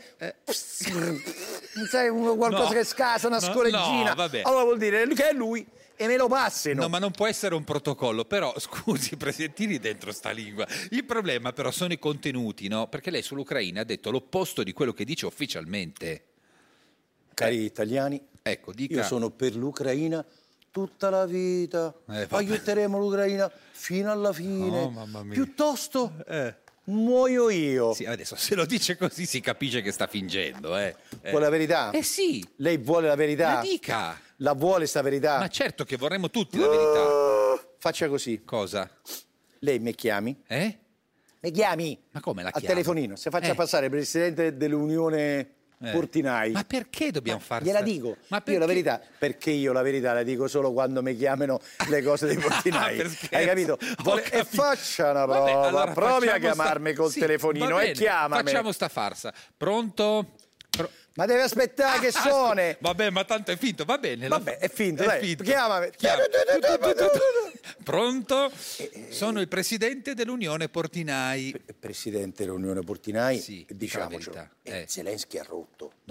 sai, qualcosa No. che scasa, una No, scoreggina. no, vabbè. Allora vuol dire che è lui e me lo passino. No, ma non può essere un protocollo. Però, scusi, Presidentini dentro sta lingua. Il problema però sono i contenuti, no? Perché lei sull'Ucraina ha detto l'opposto di quello che dice ufficialmente. Cari italiani, ecco, dica... io sono per l'Ucraina tutta la vita. Vabbè. Aiuteremo l'Ucraina fino alla fine. Oh, mamma mia. Piuttosto muoio io. Sì, adesso se lo dice così si capisce che sta fingendo. Vuole la verità? Sì. Lei vuole la verità? Ma dica. La vuole sta verità? Ma certo che vorremmo tutti la verità. Faccia così. Cosa? Lei mi chiami? Mi chiami? Ma come la Al chiamo? telefonino. Se faccia passare il presidente dell'Unione Portinai. Ma perché dobbiamo fare? Gliela dico. Io la verità, perché io la verità la dico solo quando mi chiamano le cose dei portinai. Per scherzo. Hai capito? E faccia una prova. Vabbè, allora provi a facciamo chiamarmi col Sì, telefonino va e bene, chiamami. Facciamo sta farsa. Pronto? Ma deve aspettare che suone. Vabbè, ma tanto è finto, va bene. Vabbè, è finto, dai. finto. Chiamami. Pronto? Sono il presidente dell'Unione Portinai. Presidente dell'Unione Portinai, Sì, diciamocelo. dica la verità. Zelensky ha rotto.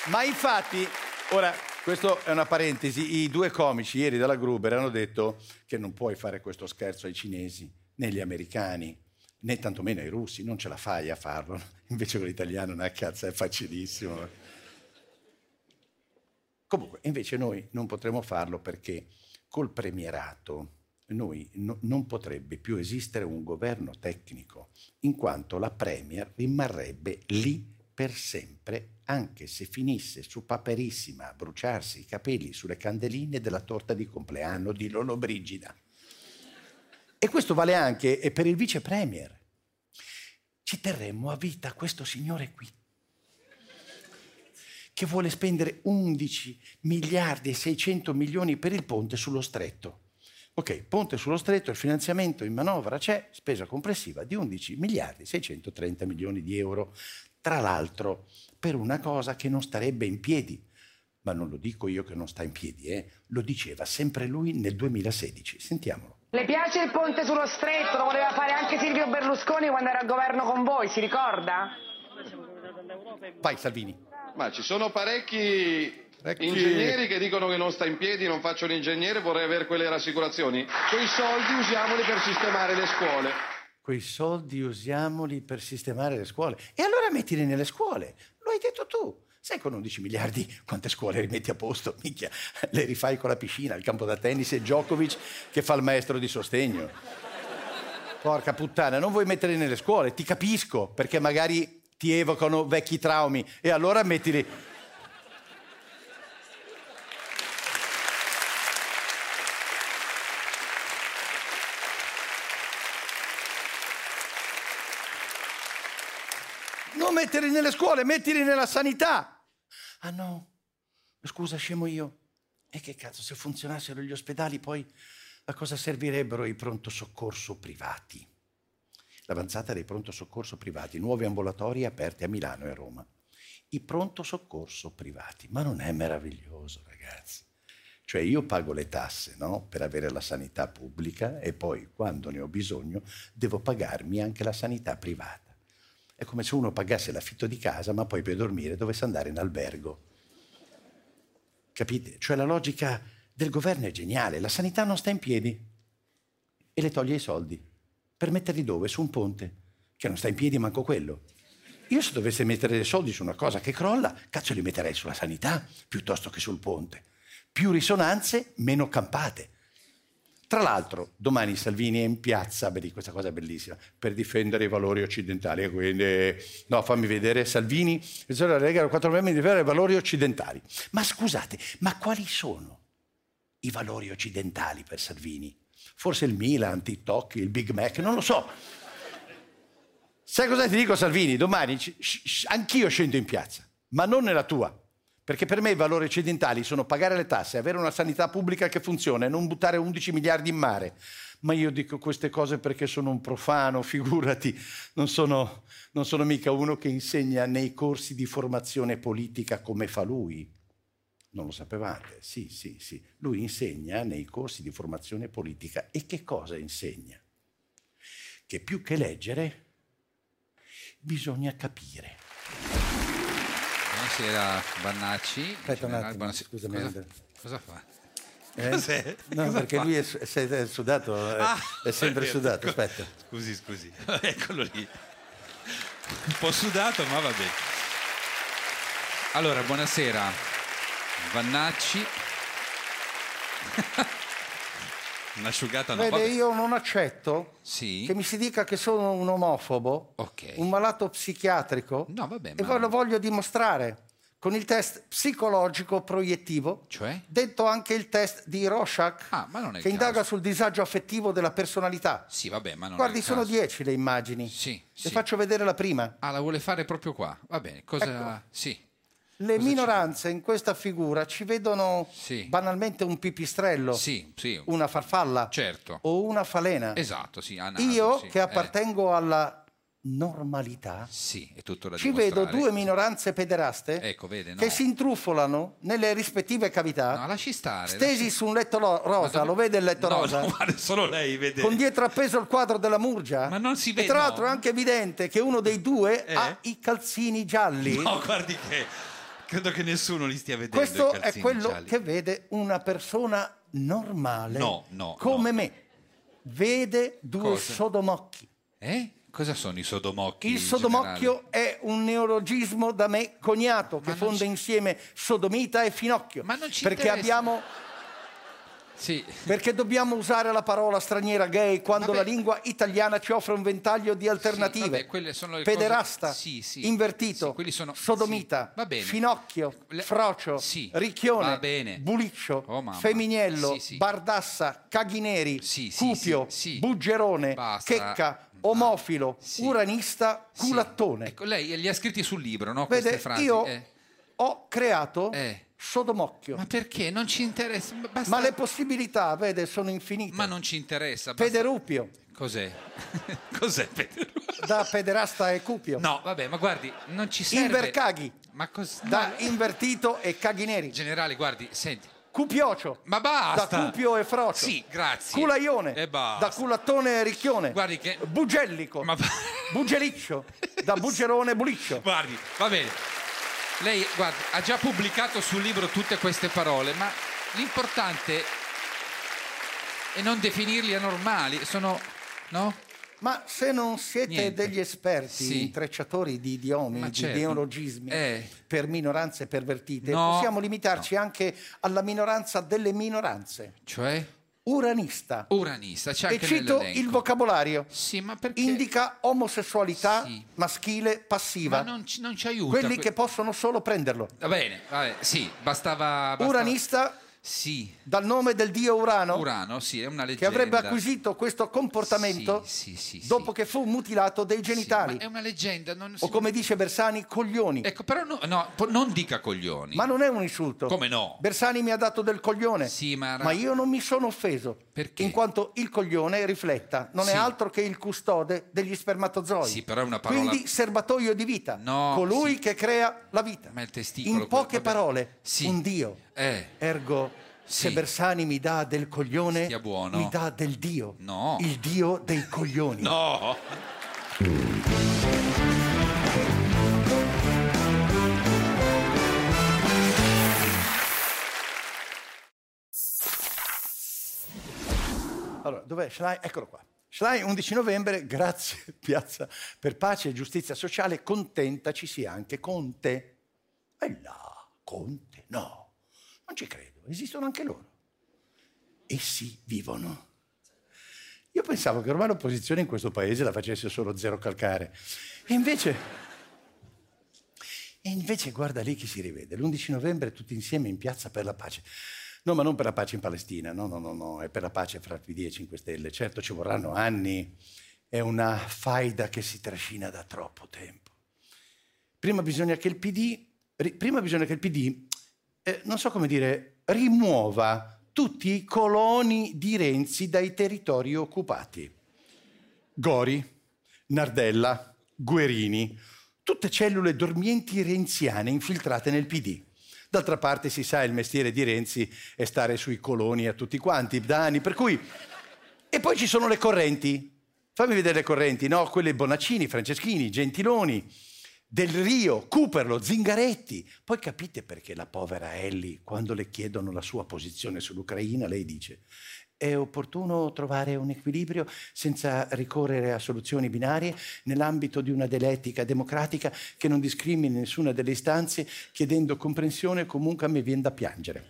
Ma infatti, ora, questo è una parentesi, i due comici ieri dalla Gruber hanno detto che non puoi fare questo scherzo ai cinesi, né agli americani, né tantomeno ai russi, non ce la fai a farlo. Invece con l'italiano, una cazzo, è facilissimo. Comunque, invece noi non potremo farlo perché col premierato non potrebbe più esistere un governo tecnico, in quanto la Premier rimarrebbe lì per sempre, anche se finisse su Paperissima a bruciarsi i capelli sulle candeline della torta di compleanno di Lollobrigida. E questo vale anche per il vice premier. Ci terremmo a vita questo signore qui, che vuole spendere 11 miliardi e 600 milioni per il ponte sullo stretto. Ok, ponte sullo stretto, il finanziamento in manovra c'è, spesa complessiva di 11 miliardi e 630 milioni di euro. Tra l'altro, per una cosa che non starebbe in piedi. Ma non lo dico io che non sta in piedi, lo diceva sempre lui nel 2016. Sentiamolo. Le piace il ponte sullo stretto? Lo voleva fare anche Silvio Berlusconi quando era al governo con voi, si ricorda? Vai Salvini. Ma ci sono parecchi ingegneri che dicono che non sta in piedi, non faccio l'ingegnere, vorrei avere quelle rassicurazioni. Quei soldi usiamoli per sistemare le scuole. Quei soldi usiamoli per sistemare le scuole. E allora mettili nelle scuole, lo hai detto tu. Sai, con 11 miliardi quante scuole rimetti a posto? Minchia, le rifai con la piscina, il campo da tennis e Djokovic che fa il maestro di sostegno. Porca puttana, non vuoi metterli nelle scuole? Ti capisco, perché magari ti evocano vecchi traumi e allora mettili... Non metterli nelle scuole, mettili nella sanità. Ah no, scusa, scemo io. E che cazzo, se funzionassero gli ospedali poi a cosa servirebbero i pronto soccorso privati? L'avanzata dei pronto soccorso privati, nuovi ambulatori aperti a Milano e Roma. I pronto soccorso privati, ma non è meraviglioso, ragazzi? Cioè io pago le tasse, no? Per avere la sanità pubblica e poi, quando ne ho bisogno, devo pagarmi anche la sanità privata. È come se uno pagasse l'affitto di casa, ma poi per dormire dovesse andare in albergo. Capite? Cioè la logica del governo è geniale. La sanità non sta in piedi e le toglie i soldi. Per metterli dove? Su un ponte, che non sta in piedi manco quello. Io se dovessi mettere dei soldi su una cosa che crolla, cazzo li metterei sulla sanità piuttosto che sul ponte. Più risonanze, meno campate. Tra l'altro, domani Salvini è in piazza, vedi questa cosa è bellissima, per difendere i valori occidentali. Quindi, no, fammi vedere, Salvini, la Lega, 4 membri di difendere i valori occidentali. Ma scusate, ma quali sono i valori occidentali per Salvini? Forse il Milan, TikTok, il Big Mac, non lo so. Sai cosa ti dico, Salvini? Domani anch'io scendo in piazza, ma non nella tua. Perché per me i valori occidentali sono pagare le tasse, avere una sanità pubblica che funziona e non buttare 11 miliardi in mare. Ma io dico queste cose perché sono un profano, figurati. Non sono mica uno che insegna nei corsi di formazione politica come fa lui. Non lo sapevate? Sì. Lui insegna nei corsi di formazione politica. E che cosa insegna? Che più che leggere, bisogna capire. Buonasera Vannacci. Aspetta un attimo, scusami. Cosa fa? Cos'è? No, cosa perché fa? Lui è sudato, è sempre sudato, aspetta. Scusi, eccolo lì. Un po' sudato, ma va bene. Allora, buonasera Vannacci. Un'asciugata no. Vede, io non accetto che mi si dica che sono un omofobo, un malato psichiatrico, e lo voglio dimostrare con il test psicologico proiettivo, detto anche il test di Rorschach, che indaga sul disagio affettivo della personalità. Sì, vabbè, ma non Guardi, è il sono caso. 10 le immagini. Sì. Le faccio vedere la prima. Ah, la vuole fare proprio qua? Va bene, cosa... Ecco. Sì. Le minoranze in questa figura ci vedono banalmente un pipistrello, una farfalla o una falena. Esatto, sì. Io, che appartengo alla normalità, è tutto da ci dimostrare. vedo due minoranze pederaste che si intrufolano nelle rispettive cavità, No, lasci stare. stesi su un letto rosa. Lo vede il letto rosa? No, guarda, solo lei vede. Con dietro appeso il quadro della Murgia. Ma non si vede. E tra l'altro è anche evidente che uno dei due ha i calzini gialli. No, guardi che Credo che nessuno li stia vedendo. Questo i è calzini quello gialli. che vede una persona normale No, come me. Vede due Cosa? sodomocchi. Cosa sono i sodomocchi? Il in sodomocchio è un neologismo da me coniato che fonde insieme sodomita e finocchio. Ma non ci perché interessa. abbiamo Sì. Perché dobbiamo usare la parola straniera gay quando la lingua italiana ci offre un ventaglio di alternative. vabbè, quelle sono le Pederasta, cose- sì. invertito, Sì, quelli sono- sodomita, sì, va bene. finocchio, frocio, ricchione, va bene. buliccio, mamma. feminiello, Sì. bardassa, caghineri, cupio, buggerone, Basta. checca, omofilo, uranista, culattone. Ecco, lei li ha scritti sul libro, no? Vede, Queste frasi. io ho creato sodomocchio. Ma perché? Non ci interessa. Basta... Ma le possibilità, vede, sono infinite. Ma non ci interessa. Basta... Pederupio. Cos'è? Cos'è Pederupio? Da pederasta e cupio. No, vabbè, ma guardi, non ci serve. Invercaghi. Ma cos... Da invertito e caghi neri. Generale, guardi, senti. Cupiocio. Ma basta. Da cupio e frocio. Sì, grazie. Culaione. E basta. Da culattone e ricchione. Guardi che... Bugellico. Bugeliccio. Da buggerone e buliccio. Guardi, va bene. Lei, guardi, ha già pubblicato sul libro tutte queste parole, ma l'importante è non definirli anormali. Sono... no? Ma se non siete Niente. degli esperti, Sì. intrecciatori di idiomi, Ma di certo. neologismi per minoranze pervertite, No. possiamo limitarci anche alla minoranza delle minoranze. Cioè? Uranista. Uranista, c'è E anche cito nell'elenco. il vocabolario. Sì, ma perché? Indica omosessualità maschile passiva. Ma non ci aiuta. Quelli che possono solo prenderlo. Va bene, sì, bastava... Uranista, sì. dal nome del dio Urano, Urano, sì, è una che leggenda. avrebbe acquisito questo comportamento dopo che fu mutilato dei genitali. Ma è una leggenda. Non O come dice Bersani, coglioni. Ecco, però non dica coglioni. Ma non è un insulto. Come no? Bersani mi ha dato del coglione. Sì, ma io non mi sono offeso. Perché? In quanto il coglione, rifletta, non è Sì. altro che il custode degli spermatozoi. Sì, però è una parola... Quindi serbatoio di vita. No, colui sì. che crea la vita. Ma il testicolo... In poche vabbè. parole, Sì. un dio. Ergo, se Sì. Bersani mi dà del coglione, Stia buono. mi dà del dio. No. Il dio dei coglioni. No. Allora, dov'è Schlein? Eccolo qua. Schlein, 11 novembre, grazie Piazza per Pace e Giustizia Sociale, contenta ci sia anche Conte. E là, Conte, no, non ci credo, esistono anche loro. Essi vivono. Io pensavo che ormai l'opposizione in questo paese la facesse solo Zero Calcare. E invece guarda lì chi si rivede. L'11 novembre tutti insieme in Piazza per la Pace. No, ma non per la pace in Palestina, no, è per la pace fra PD e 5 Stelle. Certo, ci vorranno anni, è una faida che si trascina da troppo tempo. Prima bisogna che il PD, non so come dire, rimuova tutti i coloni di Renzi dai territori occupati. Gori, Nardella, Guerini, tutte cellule dormienti renziane infiltrate nel PD. D'altra parte si sa, il mestiere di Renzi è stare sui coloni a tutti quanti, da anni, per cui... E poi ci sono le correnti. Fammi vedere le correnti, no? Quelle Bonaccini, Franceschini, Gentiloni, Del Rio, Cooperlo, Zingaretti. Poi capite perché la povera Elly, quando le chiedono la sua posizione sull'Ucraina, lei dice: è opportuno trovare un equilibrio senza ricorrere a soluzioni binarie nell'ambito di una dialettica democratica che non discrimini nessuna delle istanze, chiedendo comprensione. Comunque a me viene da piangere.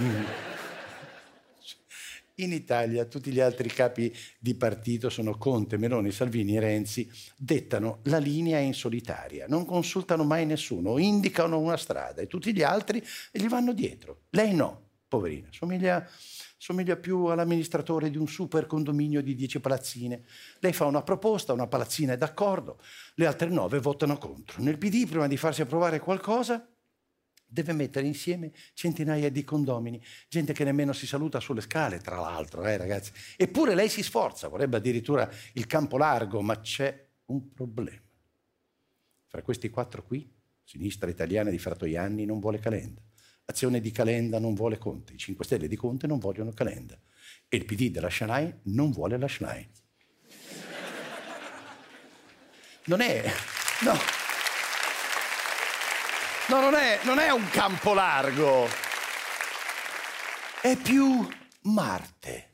In Italia tutti gli altri capi di partito sono Conte, Meloni, Salvini e Renzi, dettano la linea in solitaria, non consultano mai nessuno, indicano una strada e tutti gli altri gli vanno dietro. Lei no, poverina, somiglia più all'amministratore di un super condominio di 10 palazzine. Lei fa una proposta, una palazzina è d'accordo, le altre 9 votano contro. Nel PD, prima di farsi approvare qualcosa, deve mettere insieme centinaia di condomini, gente che nemmeno si saluta sulle scale, tra l'altro, ragazzi. Eppure lei si sforza, vorrebbe addirittura il campo largo, ma c'è un problema. Fra questi 4 qui, Sinistra Italiana di Fratoianni non vuole Calenda. Azione di Calenda non vuole Conte, i 5 Stelle di Conte non vogliono Calenda e il PD della Schlein non vuole la Schlein. Non è... no. No, non è un campo largo. È più Marte.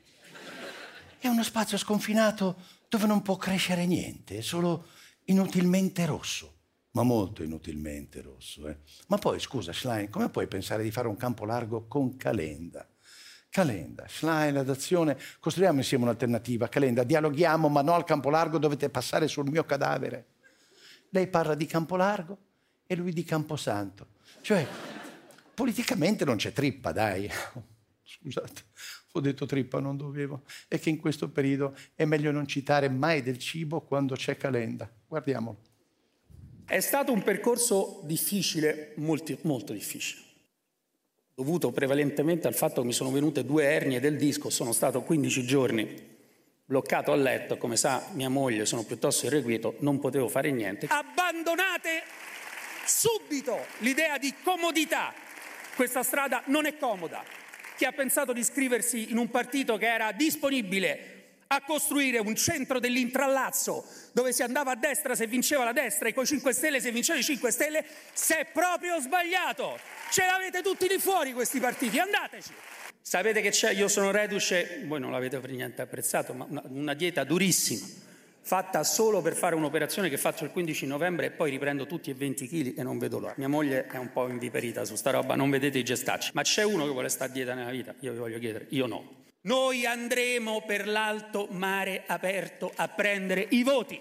È uno spazio sconfinato dove non può crescere niente, è solo inutilmente rosso. Ma molto inutilmente rosso, eh. Ma poi, scusa, Schlein, come puoi pensare di fare un campo largo con Calenda? Calenda, Schlein, la Dazione, costruiamo insieme un'alternativa. Calenda, dialoghiamo, ma no al campo largo, dovete passare sul mio cadavere. Lei parla di campo largo e lui di camposanto. Cioè, politicamente non c'è trippa, dai. Scusate, ho detto trippa, non dovevo. È che in questo periodo è meglio non citare mai del cibo quando c'è Calenda. Guardiamolo. È stato un percorso difficile, molto difficile, dovuto prevalentemente al fatto che mi sono venute 2 ernie del disco, sono stato 15 giorni bloccato a letto, come sa mia moglie sono piuttosto irrequieto, non potevo fare niente. Abbandonate subito l'idea di comodità, questa strada non è comoda. Chi ha pensato di iscriversi in un partito che era disponibile a costruire un centro dell'intrallazzo dove si andava a destra se vinceva la destra e coi 5 Stelle se vinceva i 5 Stelle, si è proprio sbagliato. Ce l'avete tutti lì fuori questi partiti, andateci. Sapete che c'è, io sono reduce, voi non l'avete per niente apprezzato, ma una dieta durissima, fatta solo per fare un'operazione che faccio il 15 novembre e poi riprendo tutti e 20 kg e non vedo l'ora. Mia moglie è un po' inviperita su sta roba, non vedete i gestacci. Ma c'è uno che vuole stare a dieta nella vita? Io vi voglio chiedere, io no. Noi andremo per l'alto mare aperto a prendere i voti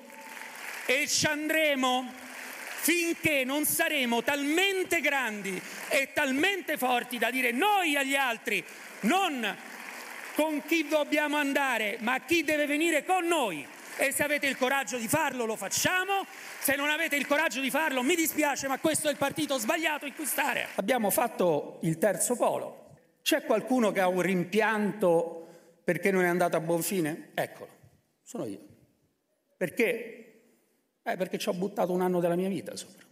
e ci andremo finché non saremo talmente grandi e talmente forti da dire noi agli altri, non con chi dobbiamo andare, ma chi deve venire con noi. E se avete il coraggio di farlo, lo facciamo. Se non avete il coraggio di farlo, mi dispiace, ma questo è il partito sbagliato in cui stare. Abbiamo fatto il terzo polo. C'è qualcuno che ha un rimpianto perché non è andato a buon fine? Eccolo, sono io. Perché? Perché ci ho buttato un anno della mia vita sopra.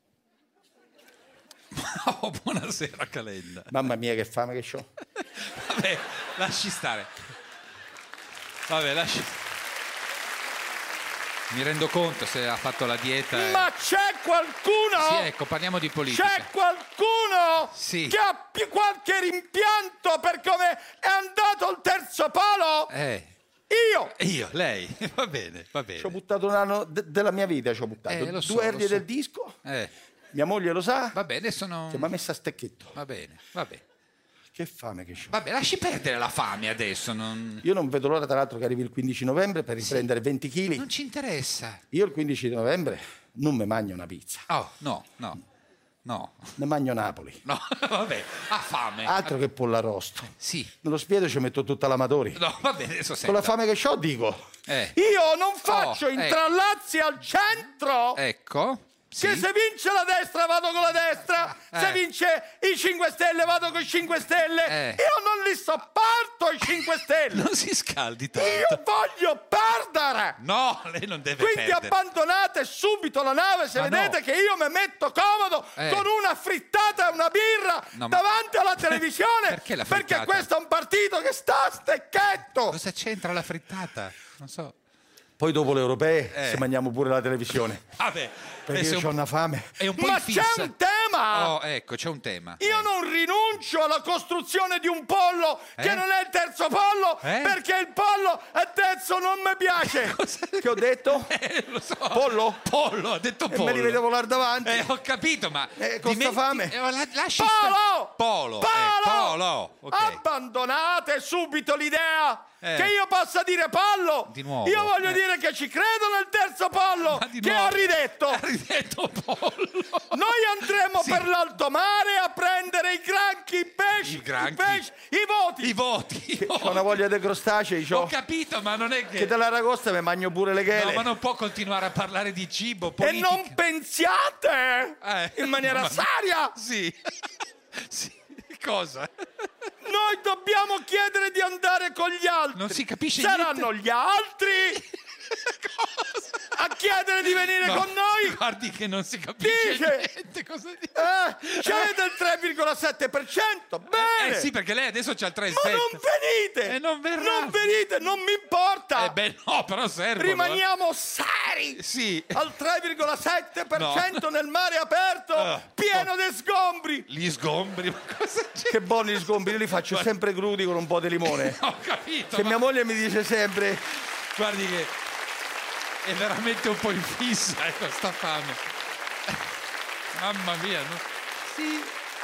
Oh, buonasera Calenda. Mamma mia, che fame che c'ho. Vabbè, lasci stare. Vabbè, lasci. Mi rendo conto se ha fatto la dieta. Ma c'è qualcuno? Sì, ecco, parliamo di politica. C'è qualcuno che ha più qualche rimpianto per come è andato il terzo polo? Io, lei, va bene. Ci ho buttato un anno della mia vita, ci ho buttato. Lo so, 2 ernie lo so. del disco. Mia moglie lo sa. Vabbè, adesso non. Che mi ha messo a stecchetto. Va bene, vabbè. Che fame che c'ho. Vabbè, lasci perdere la fame adesso. Io non vedo l'ora, tra l'altro, che arrivi il 15 novembre per riprendere 20 kg. Non ci interessa. Io il 15 novembre non mi mangio una pizza. Oh, no. Ne mangio Napoli. No, vabbè, ha fame. Altro che pollo arrosto. Sì. Nello spiedo ci metto tutta l'Amatori. No, va bene, adesso Con la fame che c'ho dico. Io non faccio intrallazzi al centro. Ecco. Che se vince la destra vado con la destra, se vince i 5 Stelle vado con i 5 Stelle. Io non li sopporto i 5 Stelle. Non si scaldi tanto. Io voglio perdere. No, lei non deve Quindi perdere. abbandonate subito la nave se vedete che io mi metto comodo con una frittata e una birra davanti alla televisione. Perché la frittata? Perché questo è un partito che sta a stecchetto. Cosa c'entra la frittata? Non so. Poi dopo le europee se mangiamo pure la televisione. Vabbè. Perché io ho una fame. È un po' Ma infissa. c'è un tema! Oh, ecco, c'è un tema. Io non rinuncio alla costruzione di un pollo che non è il terzo pollo perché il pollo è terzo, non mi piace. Che ho detto? Lo so. Pollo? Pollo, ha detto pollo. E me li vedo volare davanti. Ho capito, ma con sta fame. Lasci Polo! Polo! Okay. Abbandonate subito l'idea che io possa dire pollo. Di nuovo. Io voglio dire che ci credo nel terzo pollo che ho ridetto. Ha ridetto pollo. Noi andremo per l'alto mare a prendere i granchi, i pesci, i voti. Ho una voglia di crostacei. Ho capito, ma non è che... Che dell'aragosta mi mangio pure le ghele. No, ma non può continuare a parlare di cibo, E politica. non pensiate in maniera seria. Sì. Cosa? Noi dobbiamo chiedere di andare con gli altri. Non si capisce Saranno niente. gli altri a chiedere di venire con noi. Guardi che non si capisce niente. Cosa dice? C'avete il 3,7%. Bene. Sì, perché lei adesso c'ha il 3,7%. Ma non venite. Non verrà. Non venite, non mi importa. No, però servono. Rimaniamo seri. Sì. Al 3,7% nel mare aperto, pieno di sgombri. Gli sgombri? Ma cosa c'è? Che buoni gli sgombri, io li faccio sempre crudi con un po' di limone. Ho capito. Che mia moglie mi dice sempre. Guardi che è veramente un po' in fissa questa fame. Mamma mia, no? Sì.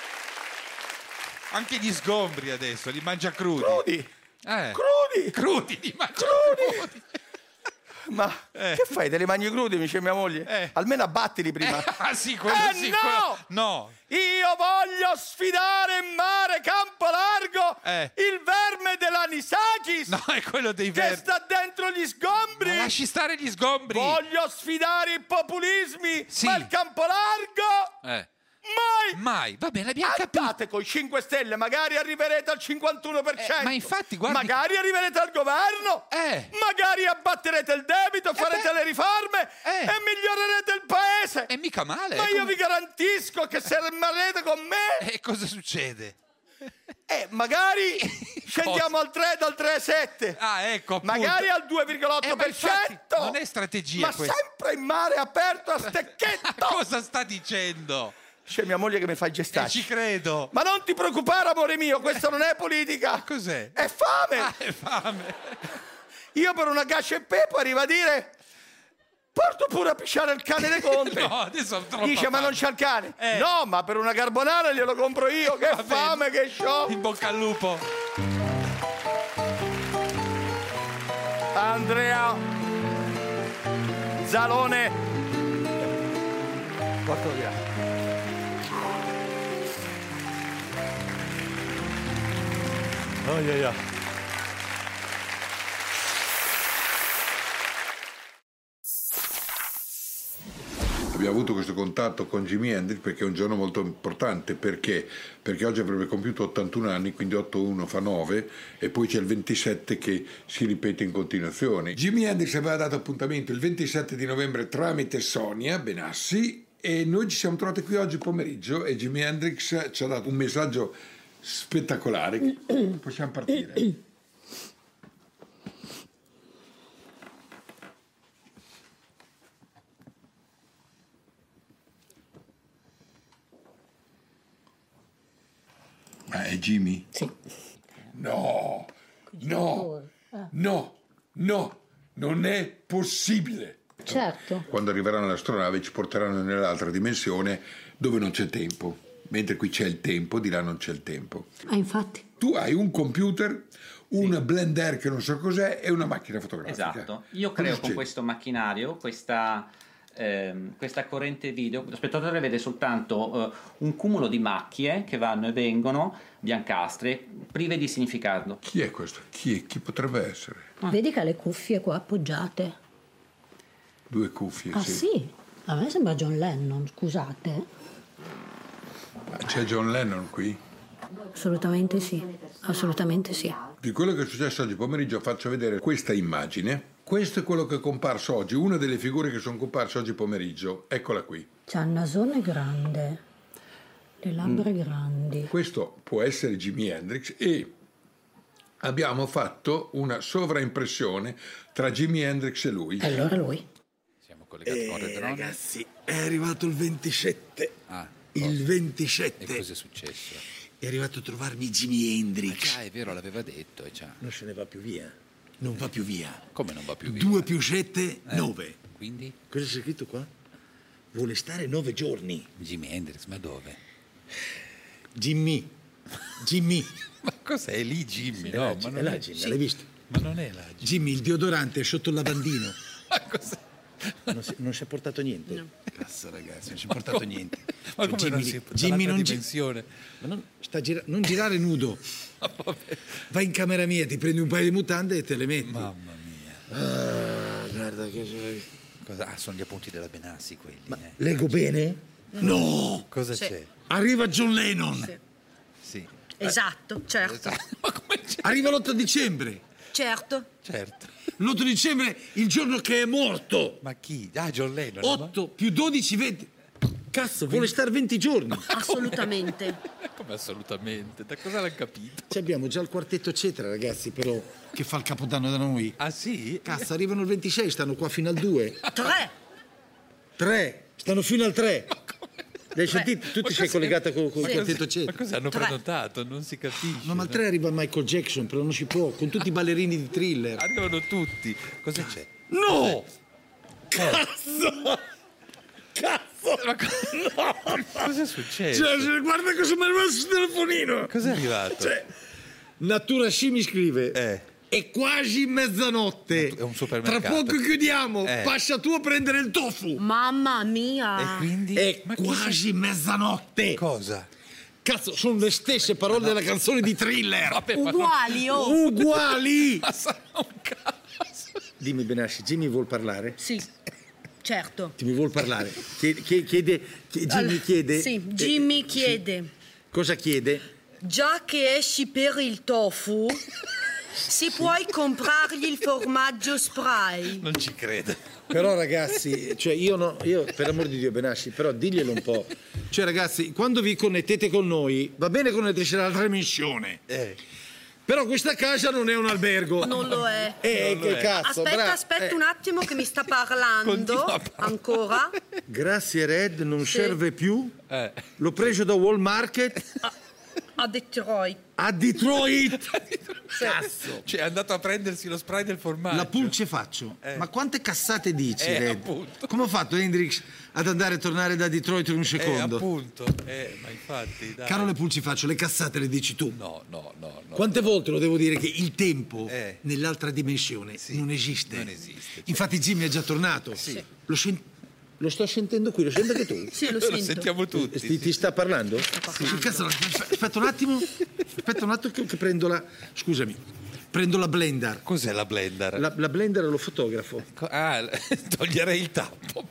Anche gli sgombri adesso li mangia crudi. Crudi li mangia crudi. Ma che fai? Te li mangi crudi, mi dice mia moglie? Almeno abbattili prima. Sì, quello sì. No! Io voglio sfidare in mare campo largo il verme dell'anisakis. No, è quello dei vermi. Che sta dentro gli sgombri. Ma lasci stare gli sgombri. Voglio sfidare i populismi. Ma il campo largo? Mai! Va bene, abbiamo capito. Andate coi 5 Stelle, magari arriverete al 51%. Ma infatti, guardi. Magari arriverete al governo. Magari abbatterete il debito, farete le riforme e migliorerete il paese. E mica male. Ma io vi garantisco che se rimarrete con me. E cosa succede? Magari scendiamo al 3 dal 3,7. Ecco, appunto. Magari al 2,8%. Non è strategia ma questa. Sempre in mare aperto a stecchetto. Cosa sta dicendo? C'è mia moglie che mi fa i gestacci. Ci credo. Ma non ti preoccupare, amore mio, questa non è politica. Cos'è? È fame. È fame. Io per una cacio e pepe arriva a dire: porto pure a pisciare il cane dei Conte. No, adesso ho troppa Dice: ma non c'ha il cane. No, ma per una carbonara glielo compro io. Che fame che c'ho. In bocca al lupo. Andrea Zalone. Portalo via. Abbiamo avuto questo contatto con Jimi Hendrix perché è un giorno molto importante. Perché oggi avrebbe compiuto 81 anni, quindi 8-1 fa 9, e poi c'è il 27 che si ripete in continuazione. Jimi Hendrix aveva dato appuntamento il 27 di novembre tramite Sonia Benassi e noi ci siamo trovati qui oggi pomeriggio e Jimi Hendrix ci ha dato un messaggio spettacolare. Possiamo partire. Ma è Jimmy? Sì. No, non è possibile. Certo. Quando arriveranno le astronave ci porteranno nell'altra dimensione dove non c'è tempo, mentre qui c'è il tempo, di là non c'è il tempo. Infatti. Tu hai un computer, un blender che non so cos'è e una macchina fotografica. Esatto. Io creo con questo macchinario questa corrente video. Lo spettatore vede soltanto un cumulo di macchie che vanno e vengono, biancastre, prive di significato. Chi è questo? Chi potrebbe essere? Vedi che ha le cuffie qua appoggiate. 2 cuffie, sì. A me sembra John Lennon, scusate. C'è John Lennon qui? Assolutamente sì, assolutamente sì. Di quello che è successo oggi pomeriggio faccio vedere questa immagine. Questo è quello che è comparso oggi, una delle figure che sono comparse oggi pomeriggio. Eccola qui. C'ha il nasone grande, le labbra grandi. Questo può essere Jimi Hendrix e abbiamo fatto una sovraimpressione tra Jimi Hendrix e lui. E allora lui? Siamo collegati con Red Ron. Ragazzi, è arrivato il 27. Il 27. E cosa è successo? È arrivato a trovarmi Jimi Hendrix. È vero, l'aveva detto. Non se ne va più via. Non va più via. Come non va più via? 2 più 7, 9. Quindi? Cosa c'è scritto qua? Vuole stare 9 giorni. Jimi Hendrix, ma dove? Jimmy. Ma cos'è? È lì Jimmy? È No, là, ma non è là Jimmy, l'hai visto? Ma non è là Jimmy, il deodorante è sotto il lavandino. Ma cos'è? Non si è portato niente. No. Cazzo, ragazzi, non si è portato niente. Ma come non si è portato non dimensione? Ma non girare nudo. Vai in camera mia, ti prendi un paio di mutande e te le metti. Mamma mia. Guarda che Cosa? Sono gli appunti della Benassi quelli. Ma leggo bene? No! Cosa c'è? Arriva John Lennon. Sì. Esatto, certo. Ma come c'è? Arriva l'8 dicembre. Certo. L'8 dicembre, il giorno che è morto. Ma chi? Ah, John Lennon. 8 più 12, 20. Cazzo, vuole stare 20 giorni. Assolutamente. Come assolutamente? Da cosa l'hanno capito? Abbiamo già il quartetto eccetera, ragazzi, però, che fa il capodanno da noi. Ah, sì? Cazzo, arrivano il 26, stanno qua fino al 2. 3. Stanno fino al 3. L'hai sentito? Tu ti sei collegata con il quartetto eccetera. Ma cosa hanno prenotato? Non si capisce. No, ma al 3 arriva Michael Jackson, però non si può, con tutti i ballerini di Thriller. Arrivano tutti. Cosa c'è? No! Cazzo! Ma cosa è successo? Cioè, guarda cosa mi è arrivato sul telefonino. Cos'è arrivato? Cioè, Natura Sci mi scrive. È quasi mezzanotte. È un supermercato. Tra poco chiudiamo. Passa tu a prendere il tofu. Mamma mia. E quindi? È quasi mezzanotte. Cosa? Cazzo, sono le stesse parole della canzone di Thriller. Vabbè, Uguali, oh. Uguali. Ma sarà un cazzo. Dimmi, Benasci, Jimmy vuol parlare? Sì. Certo. Ti mi vuol parlare? Jimmy chiede. Sì, Jimmy chiede. Cosa chiede? Già che esci per il tofu, se puoi comprargli il formaggio spray. Non ci credo. Però ragazzi, cioè io per amor di Dio, Benasci, però diglielo un po'. Cioè ragazzi, quando vi connettete con noi, va bene connettersi all'altra missione. Però questa casa non è un albergo. Non lo è. Che cazzo, Aspetta un attimo che mi sta parlando. Ancora. Grazie Red, non serve più. L'ho preso da Walmart. A Detroit. A Detroit! Cazzo! Cioè è andato a prendersi lo spray del formaggio. La pulce faccio. Ma quante cassate dici, Red? Appunto. Come ha fatto Hendrix ad andare e tornare da Detroit in un secondo? Appunto. Ma infatti, dai. Caro le pulci faccio, le cassate le dici tu. No. Quante volte lo devo dire che il tempo nell'altra dimensione non esiste. Non esiste. Infatti Jimmy è già tornato. Sì. Lo sto sentendo qui, lo senti anche tu? Sì, lo Lo sento. sentiamo tutti. Ti sta parlando? Sì. Cazzo, aspetta un attimo che prendo la... Scusami. Prendo la blender. Cos'è la blender? La blender lo fotografo. Toglierei il tappo.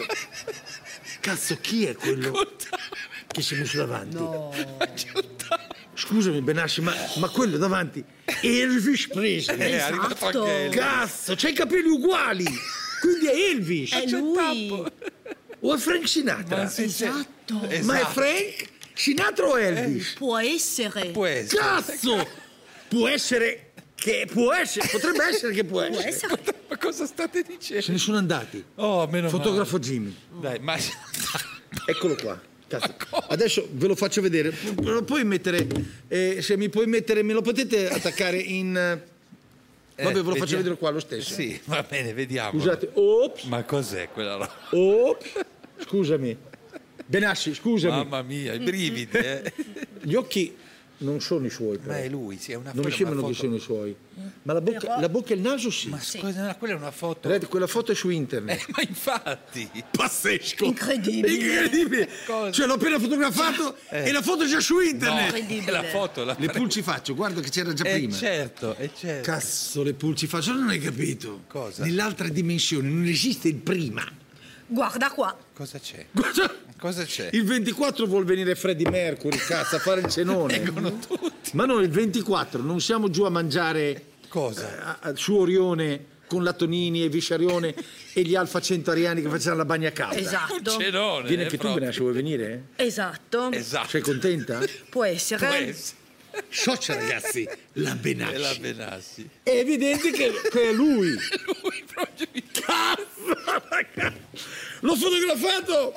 Cazzo, chi è quello che si è messo davanti? No. Scusami, Benasci, ma quello davanti è Elvis Presley. Esatto. Cazzo, c'hai i capelli uguali. Quindi è Elvis. È lui. O è Frank Sinatra? Esatto. Ma è Frank Sinatra o Elvis? Può essere. Cazzo! Può essere che può essere, potrebbe essere che può essere. Ma cosa state dicendo? Se ne sono andati. Oh, meno Fotografo male. Jimmy. Dai, ma... Eccolo qua. Cazzo. Adesso ve lo faccio vedere. Lo puoi mettere, se mi puoi mettere, me lo potete attaccare in... Vabbè, ve lo faccio vedere qua lo stesso. Sì, va bene, vediamo. Scusate, ops. Ma cos'è quella roba? Ops. Scusami. Benasci, scusami. Mamma mia, i brividi, Gli occhi non sono i suoi, però. Ma è lui, sì, è una Non mi sembrano che siano i suoi. Ma la bocca e il naso sì. Ma scusa, quella è una foto. Red, quella foto è su internet. Ma infatti. Pazzesco. Incredibile. Cosa? Cioè l'ho appena fotografato e la foto è già su internet. È la foto. Le pulci faccio, guarda che c'era già prima. Certo, è certo. Cazzo, le pulci faccio, non hai capito. Cosa? Nell'altra dimensione non esiste il prima. Guarda qua. Cosa c'è? Cosa c'è? Il 24 vuol venire Freddie Mercury, cazzo, a fare il cenone. Vengono tutti. Ma noi il 24 non siamo giù a mangiare su Orione con la Tonini e Visciarione e gli Alfa Centariani che facevano la bagna calda. Esatto. Un cenone. Vieni anche tu, Benasci, vuoi venire? Esatto. Sei contenta? Può essere. Può essere. Socia, ragazzi, la Benasci. È la Benassi. È evidente che è lui. Lui proprio. Cazzo, ragazzi. L'ho fotografato.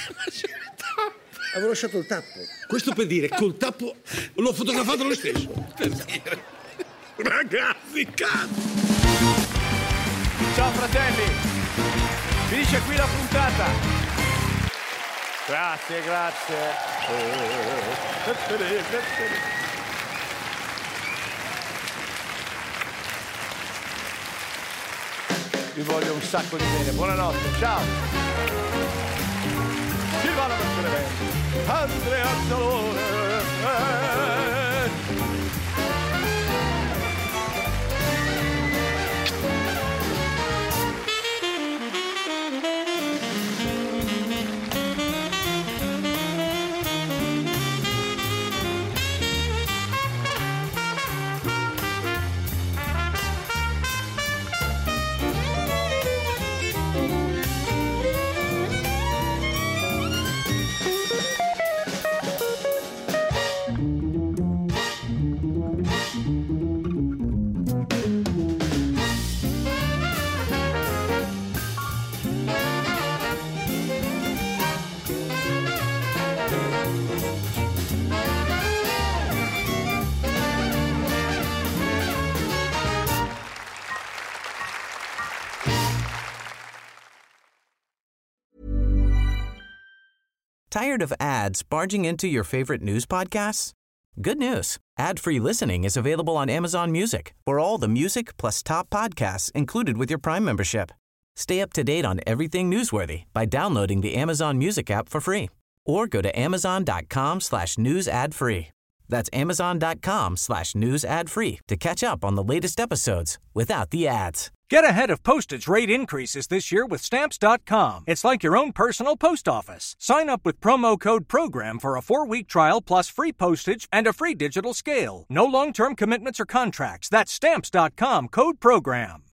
Avevo lasciato il tappo. Questo per dire, col tappo l'ho fotografato lo stesso. Per dire. Ragazzi, cazzo. Ciao fratelli, finisce qui la puntata. Grazie. Vi voglio un sacco di bene, buonanotte, ciao. Silvano Bertolini, Andrea Zalone. Tired of ads barging into your favorite news podcasts? Good news. Ad-free listening is available on Amazon Music for all the music plus top podcasts included with your Prime membership. Stay up to date on everything newsworthy by downloading the Amazon Music app for free or go to amazon.com/news ad free. That's amazon.com/news ad free to catch up on the latest episodes without the ads. Get ahead of postage rate increases this year with Stamps.com. It's like your own personal post office. Sign up with promo code PROGRAM for a 4-week trial plus free postage and a free digital scale. No long-term commitments or contracts. That's Stamps.com, code PROGRAM.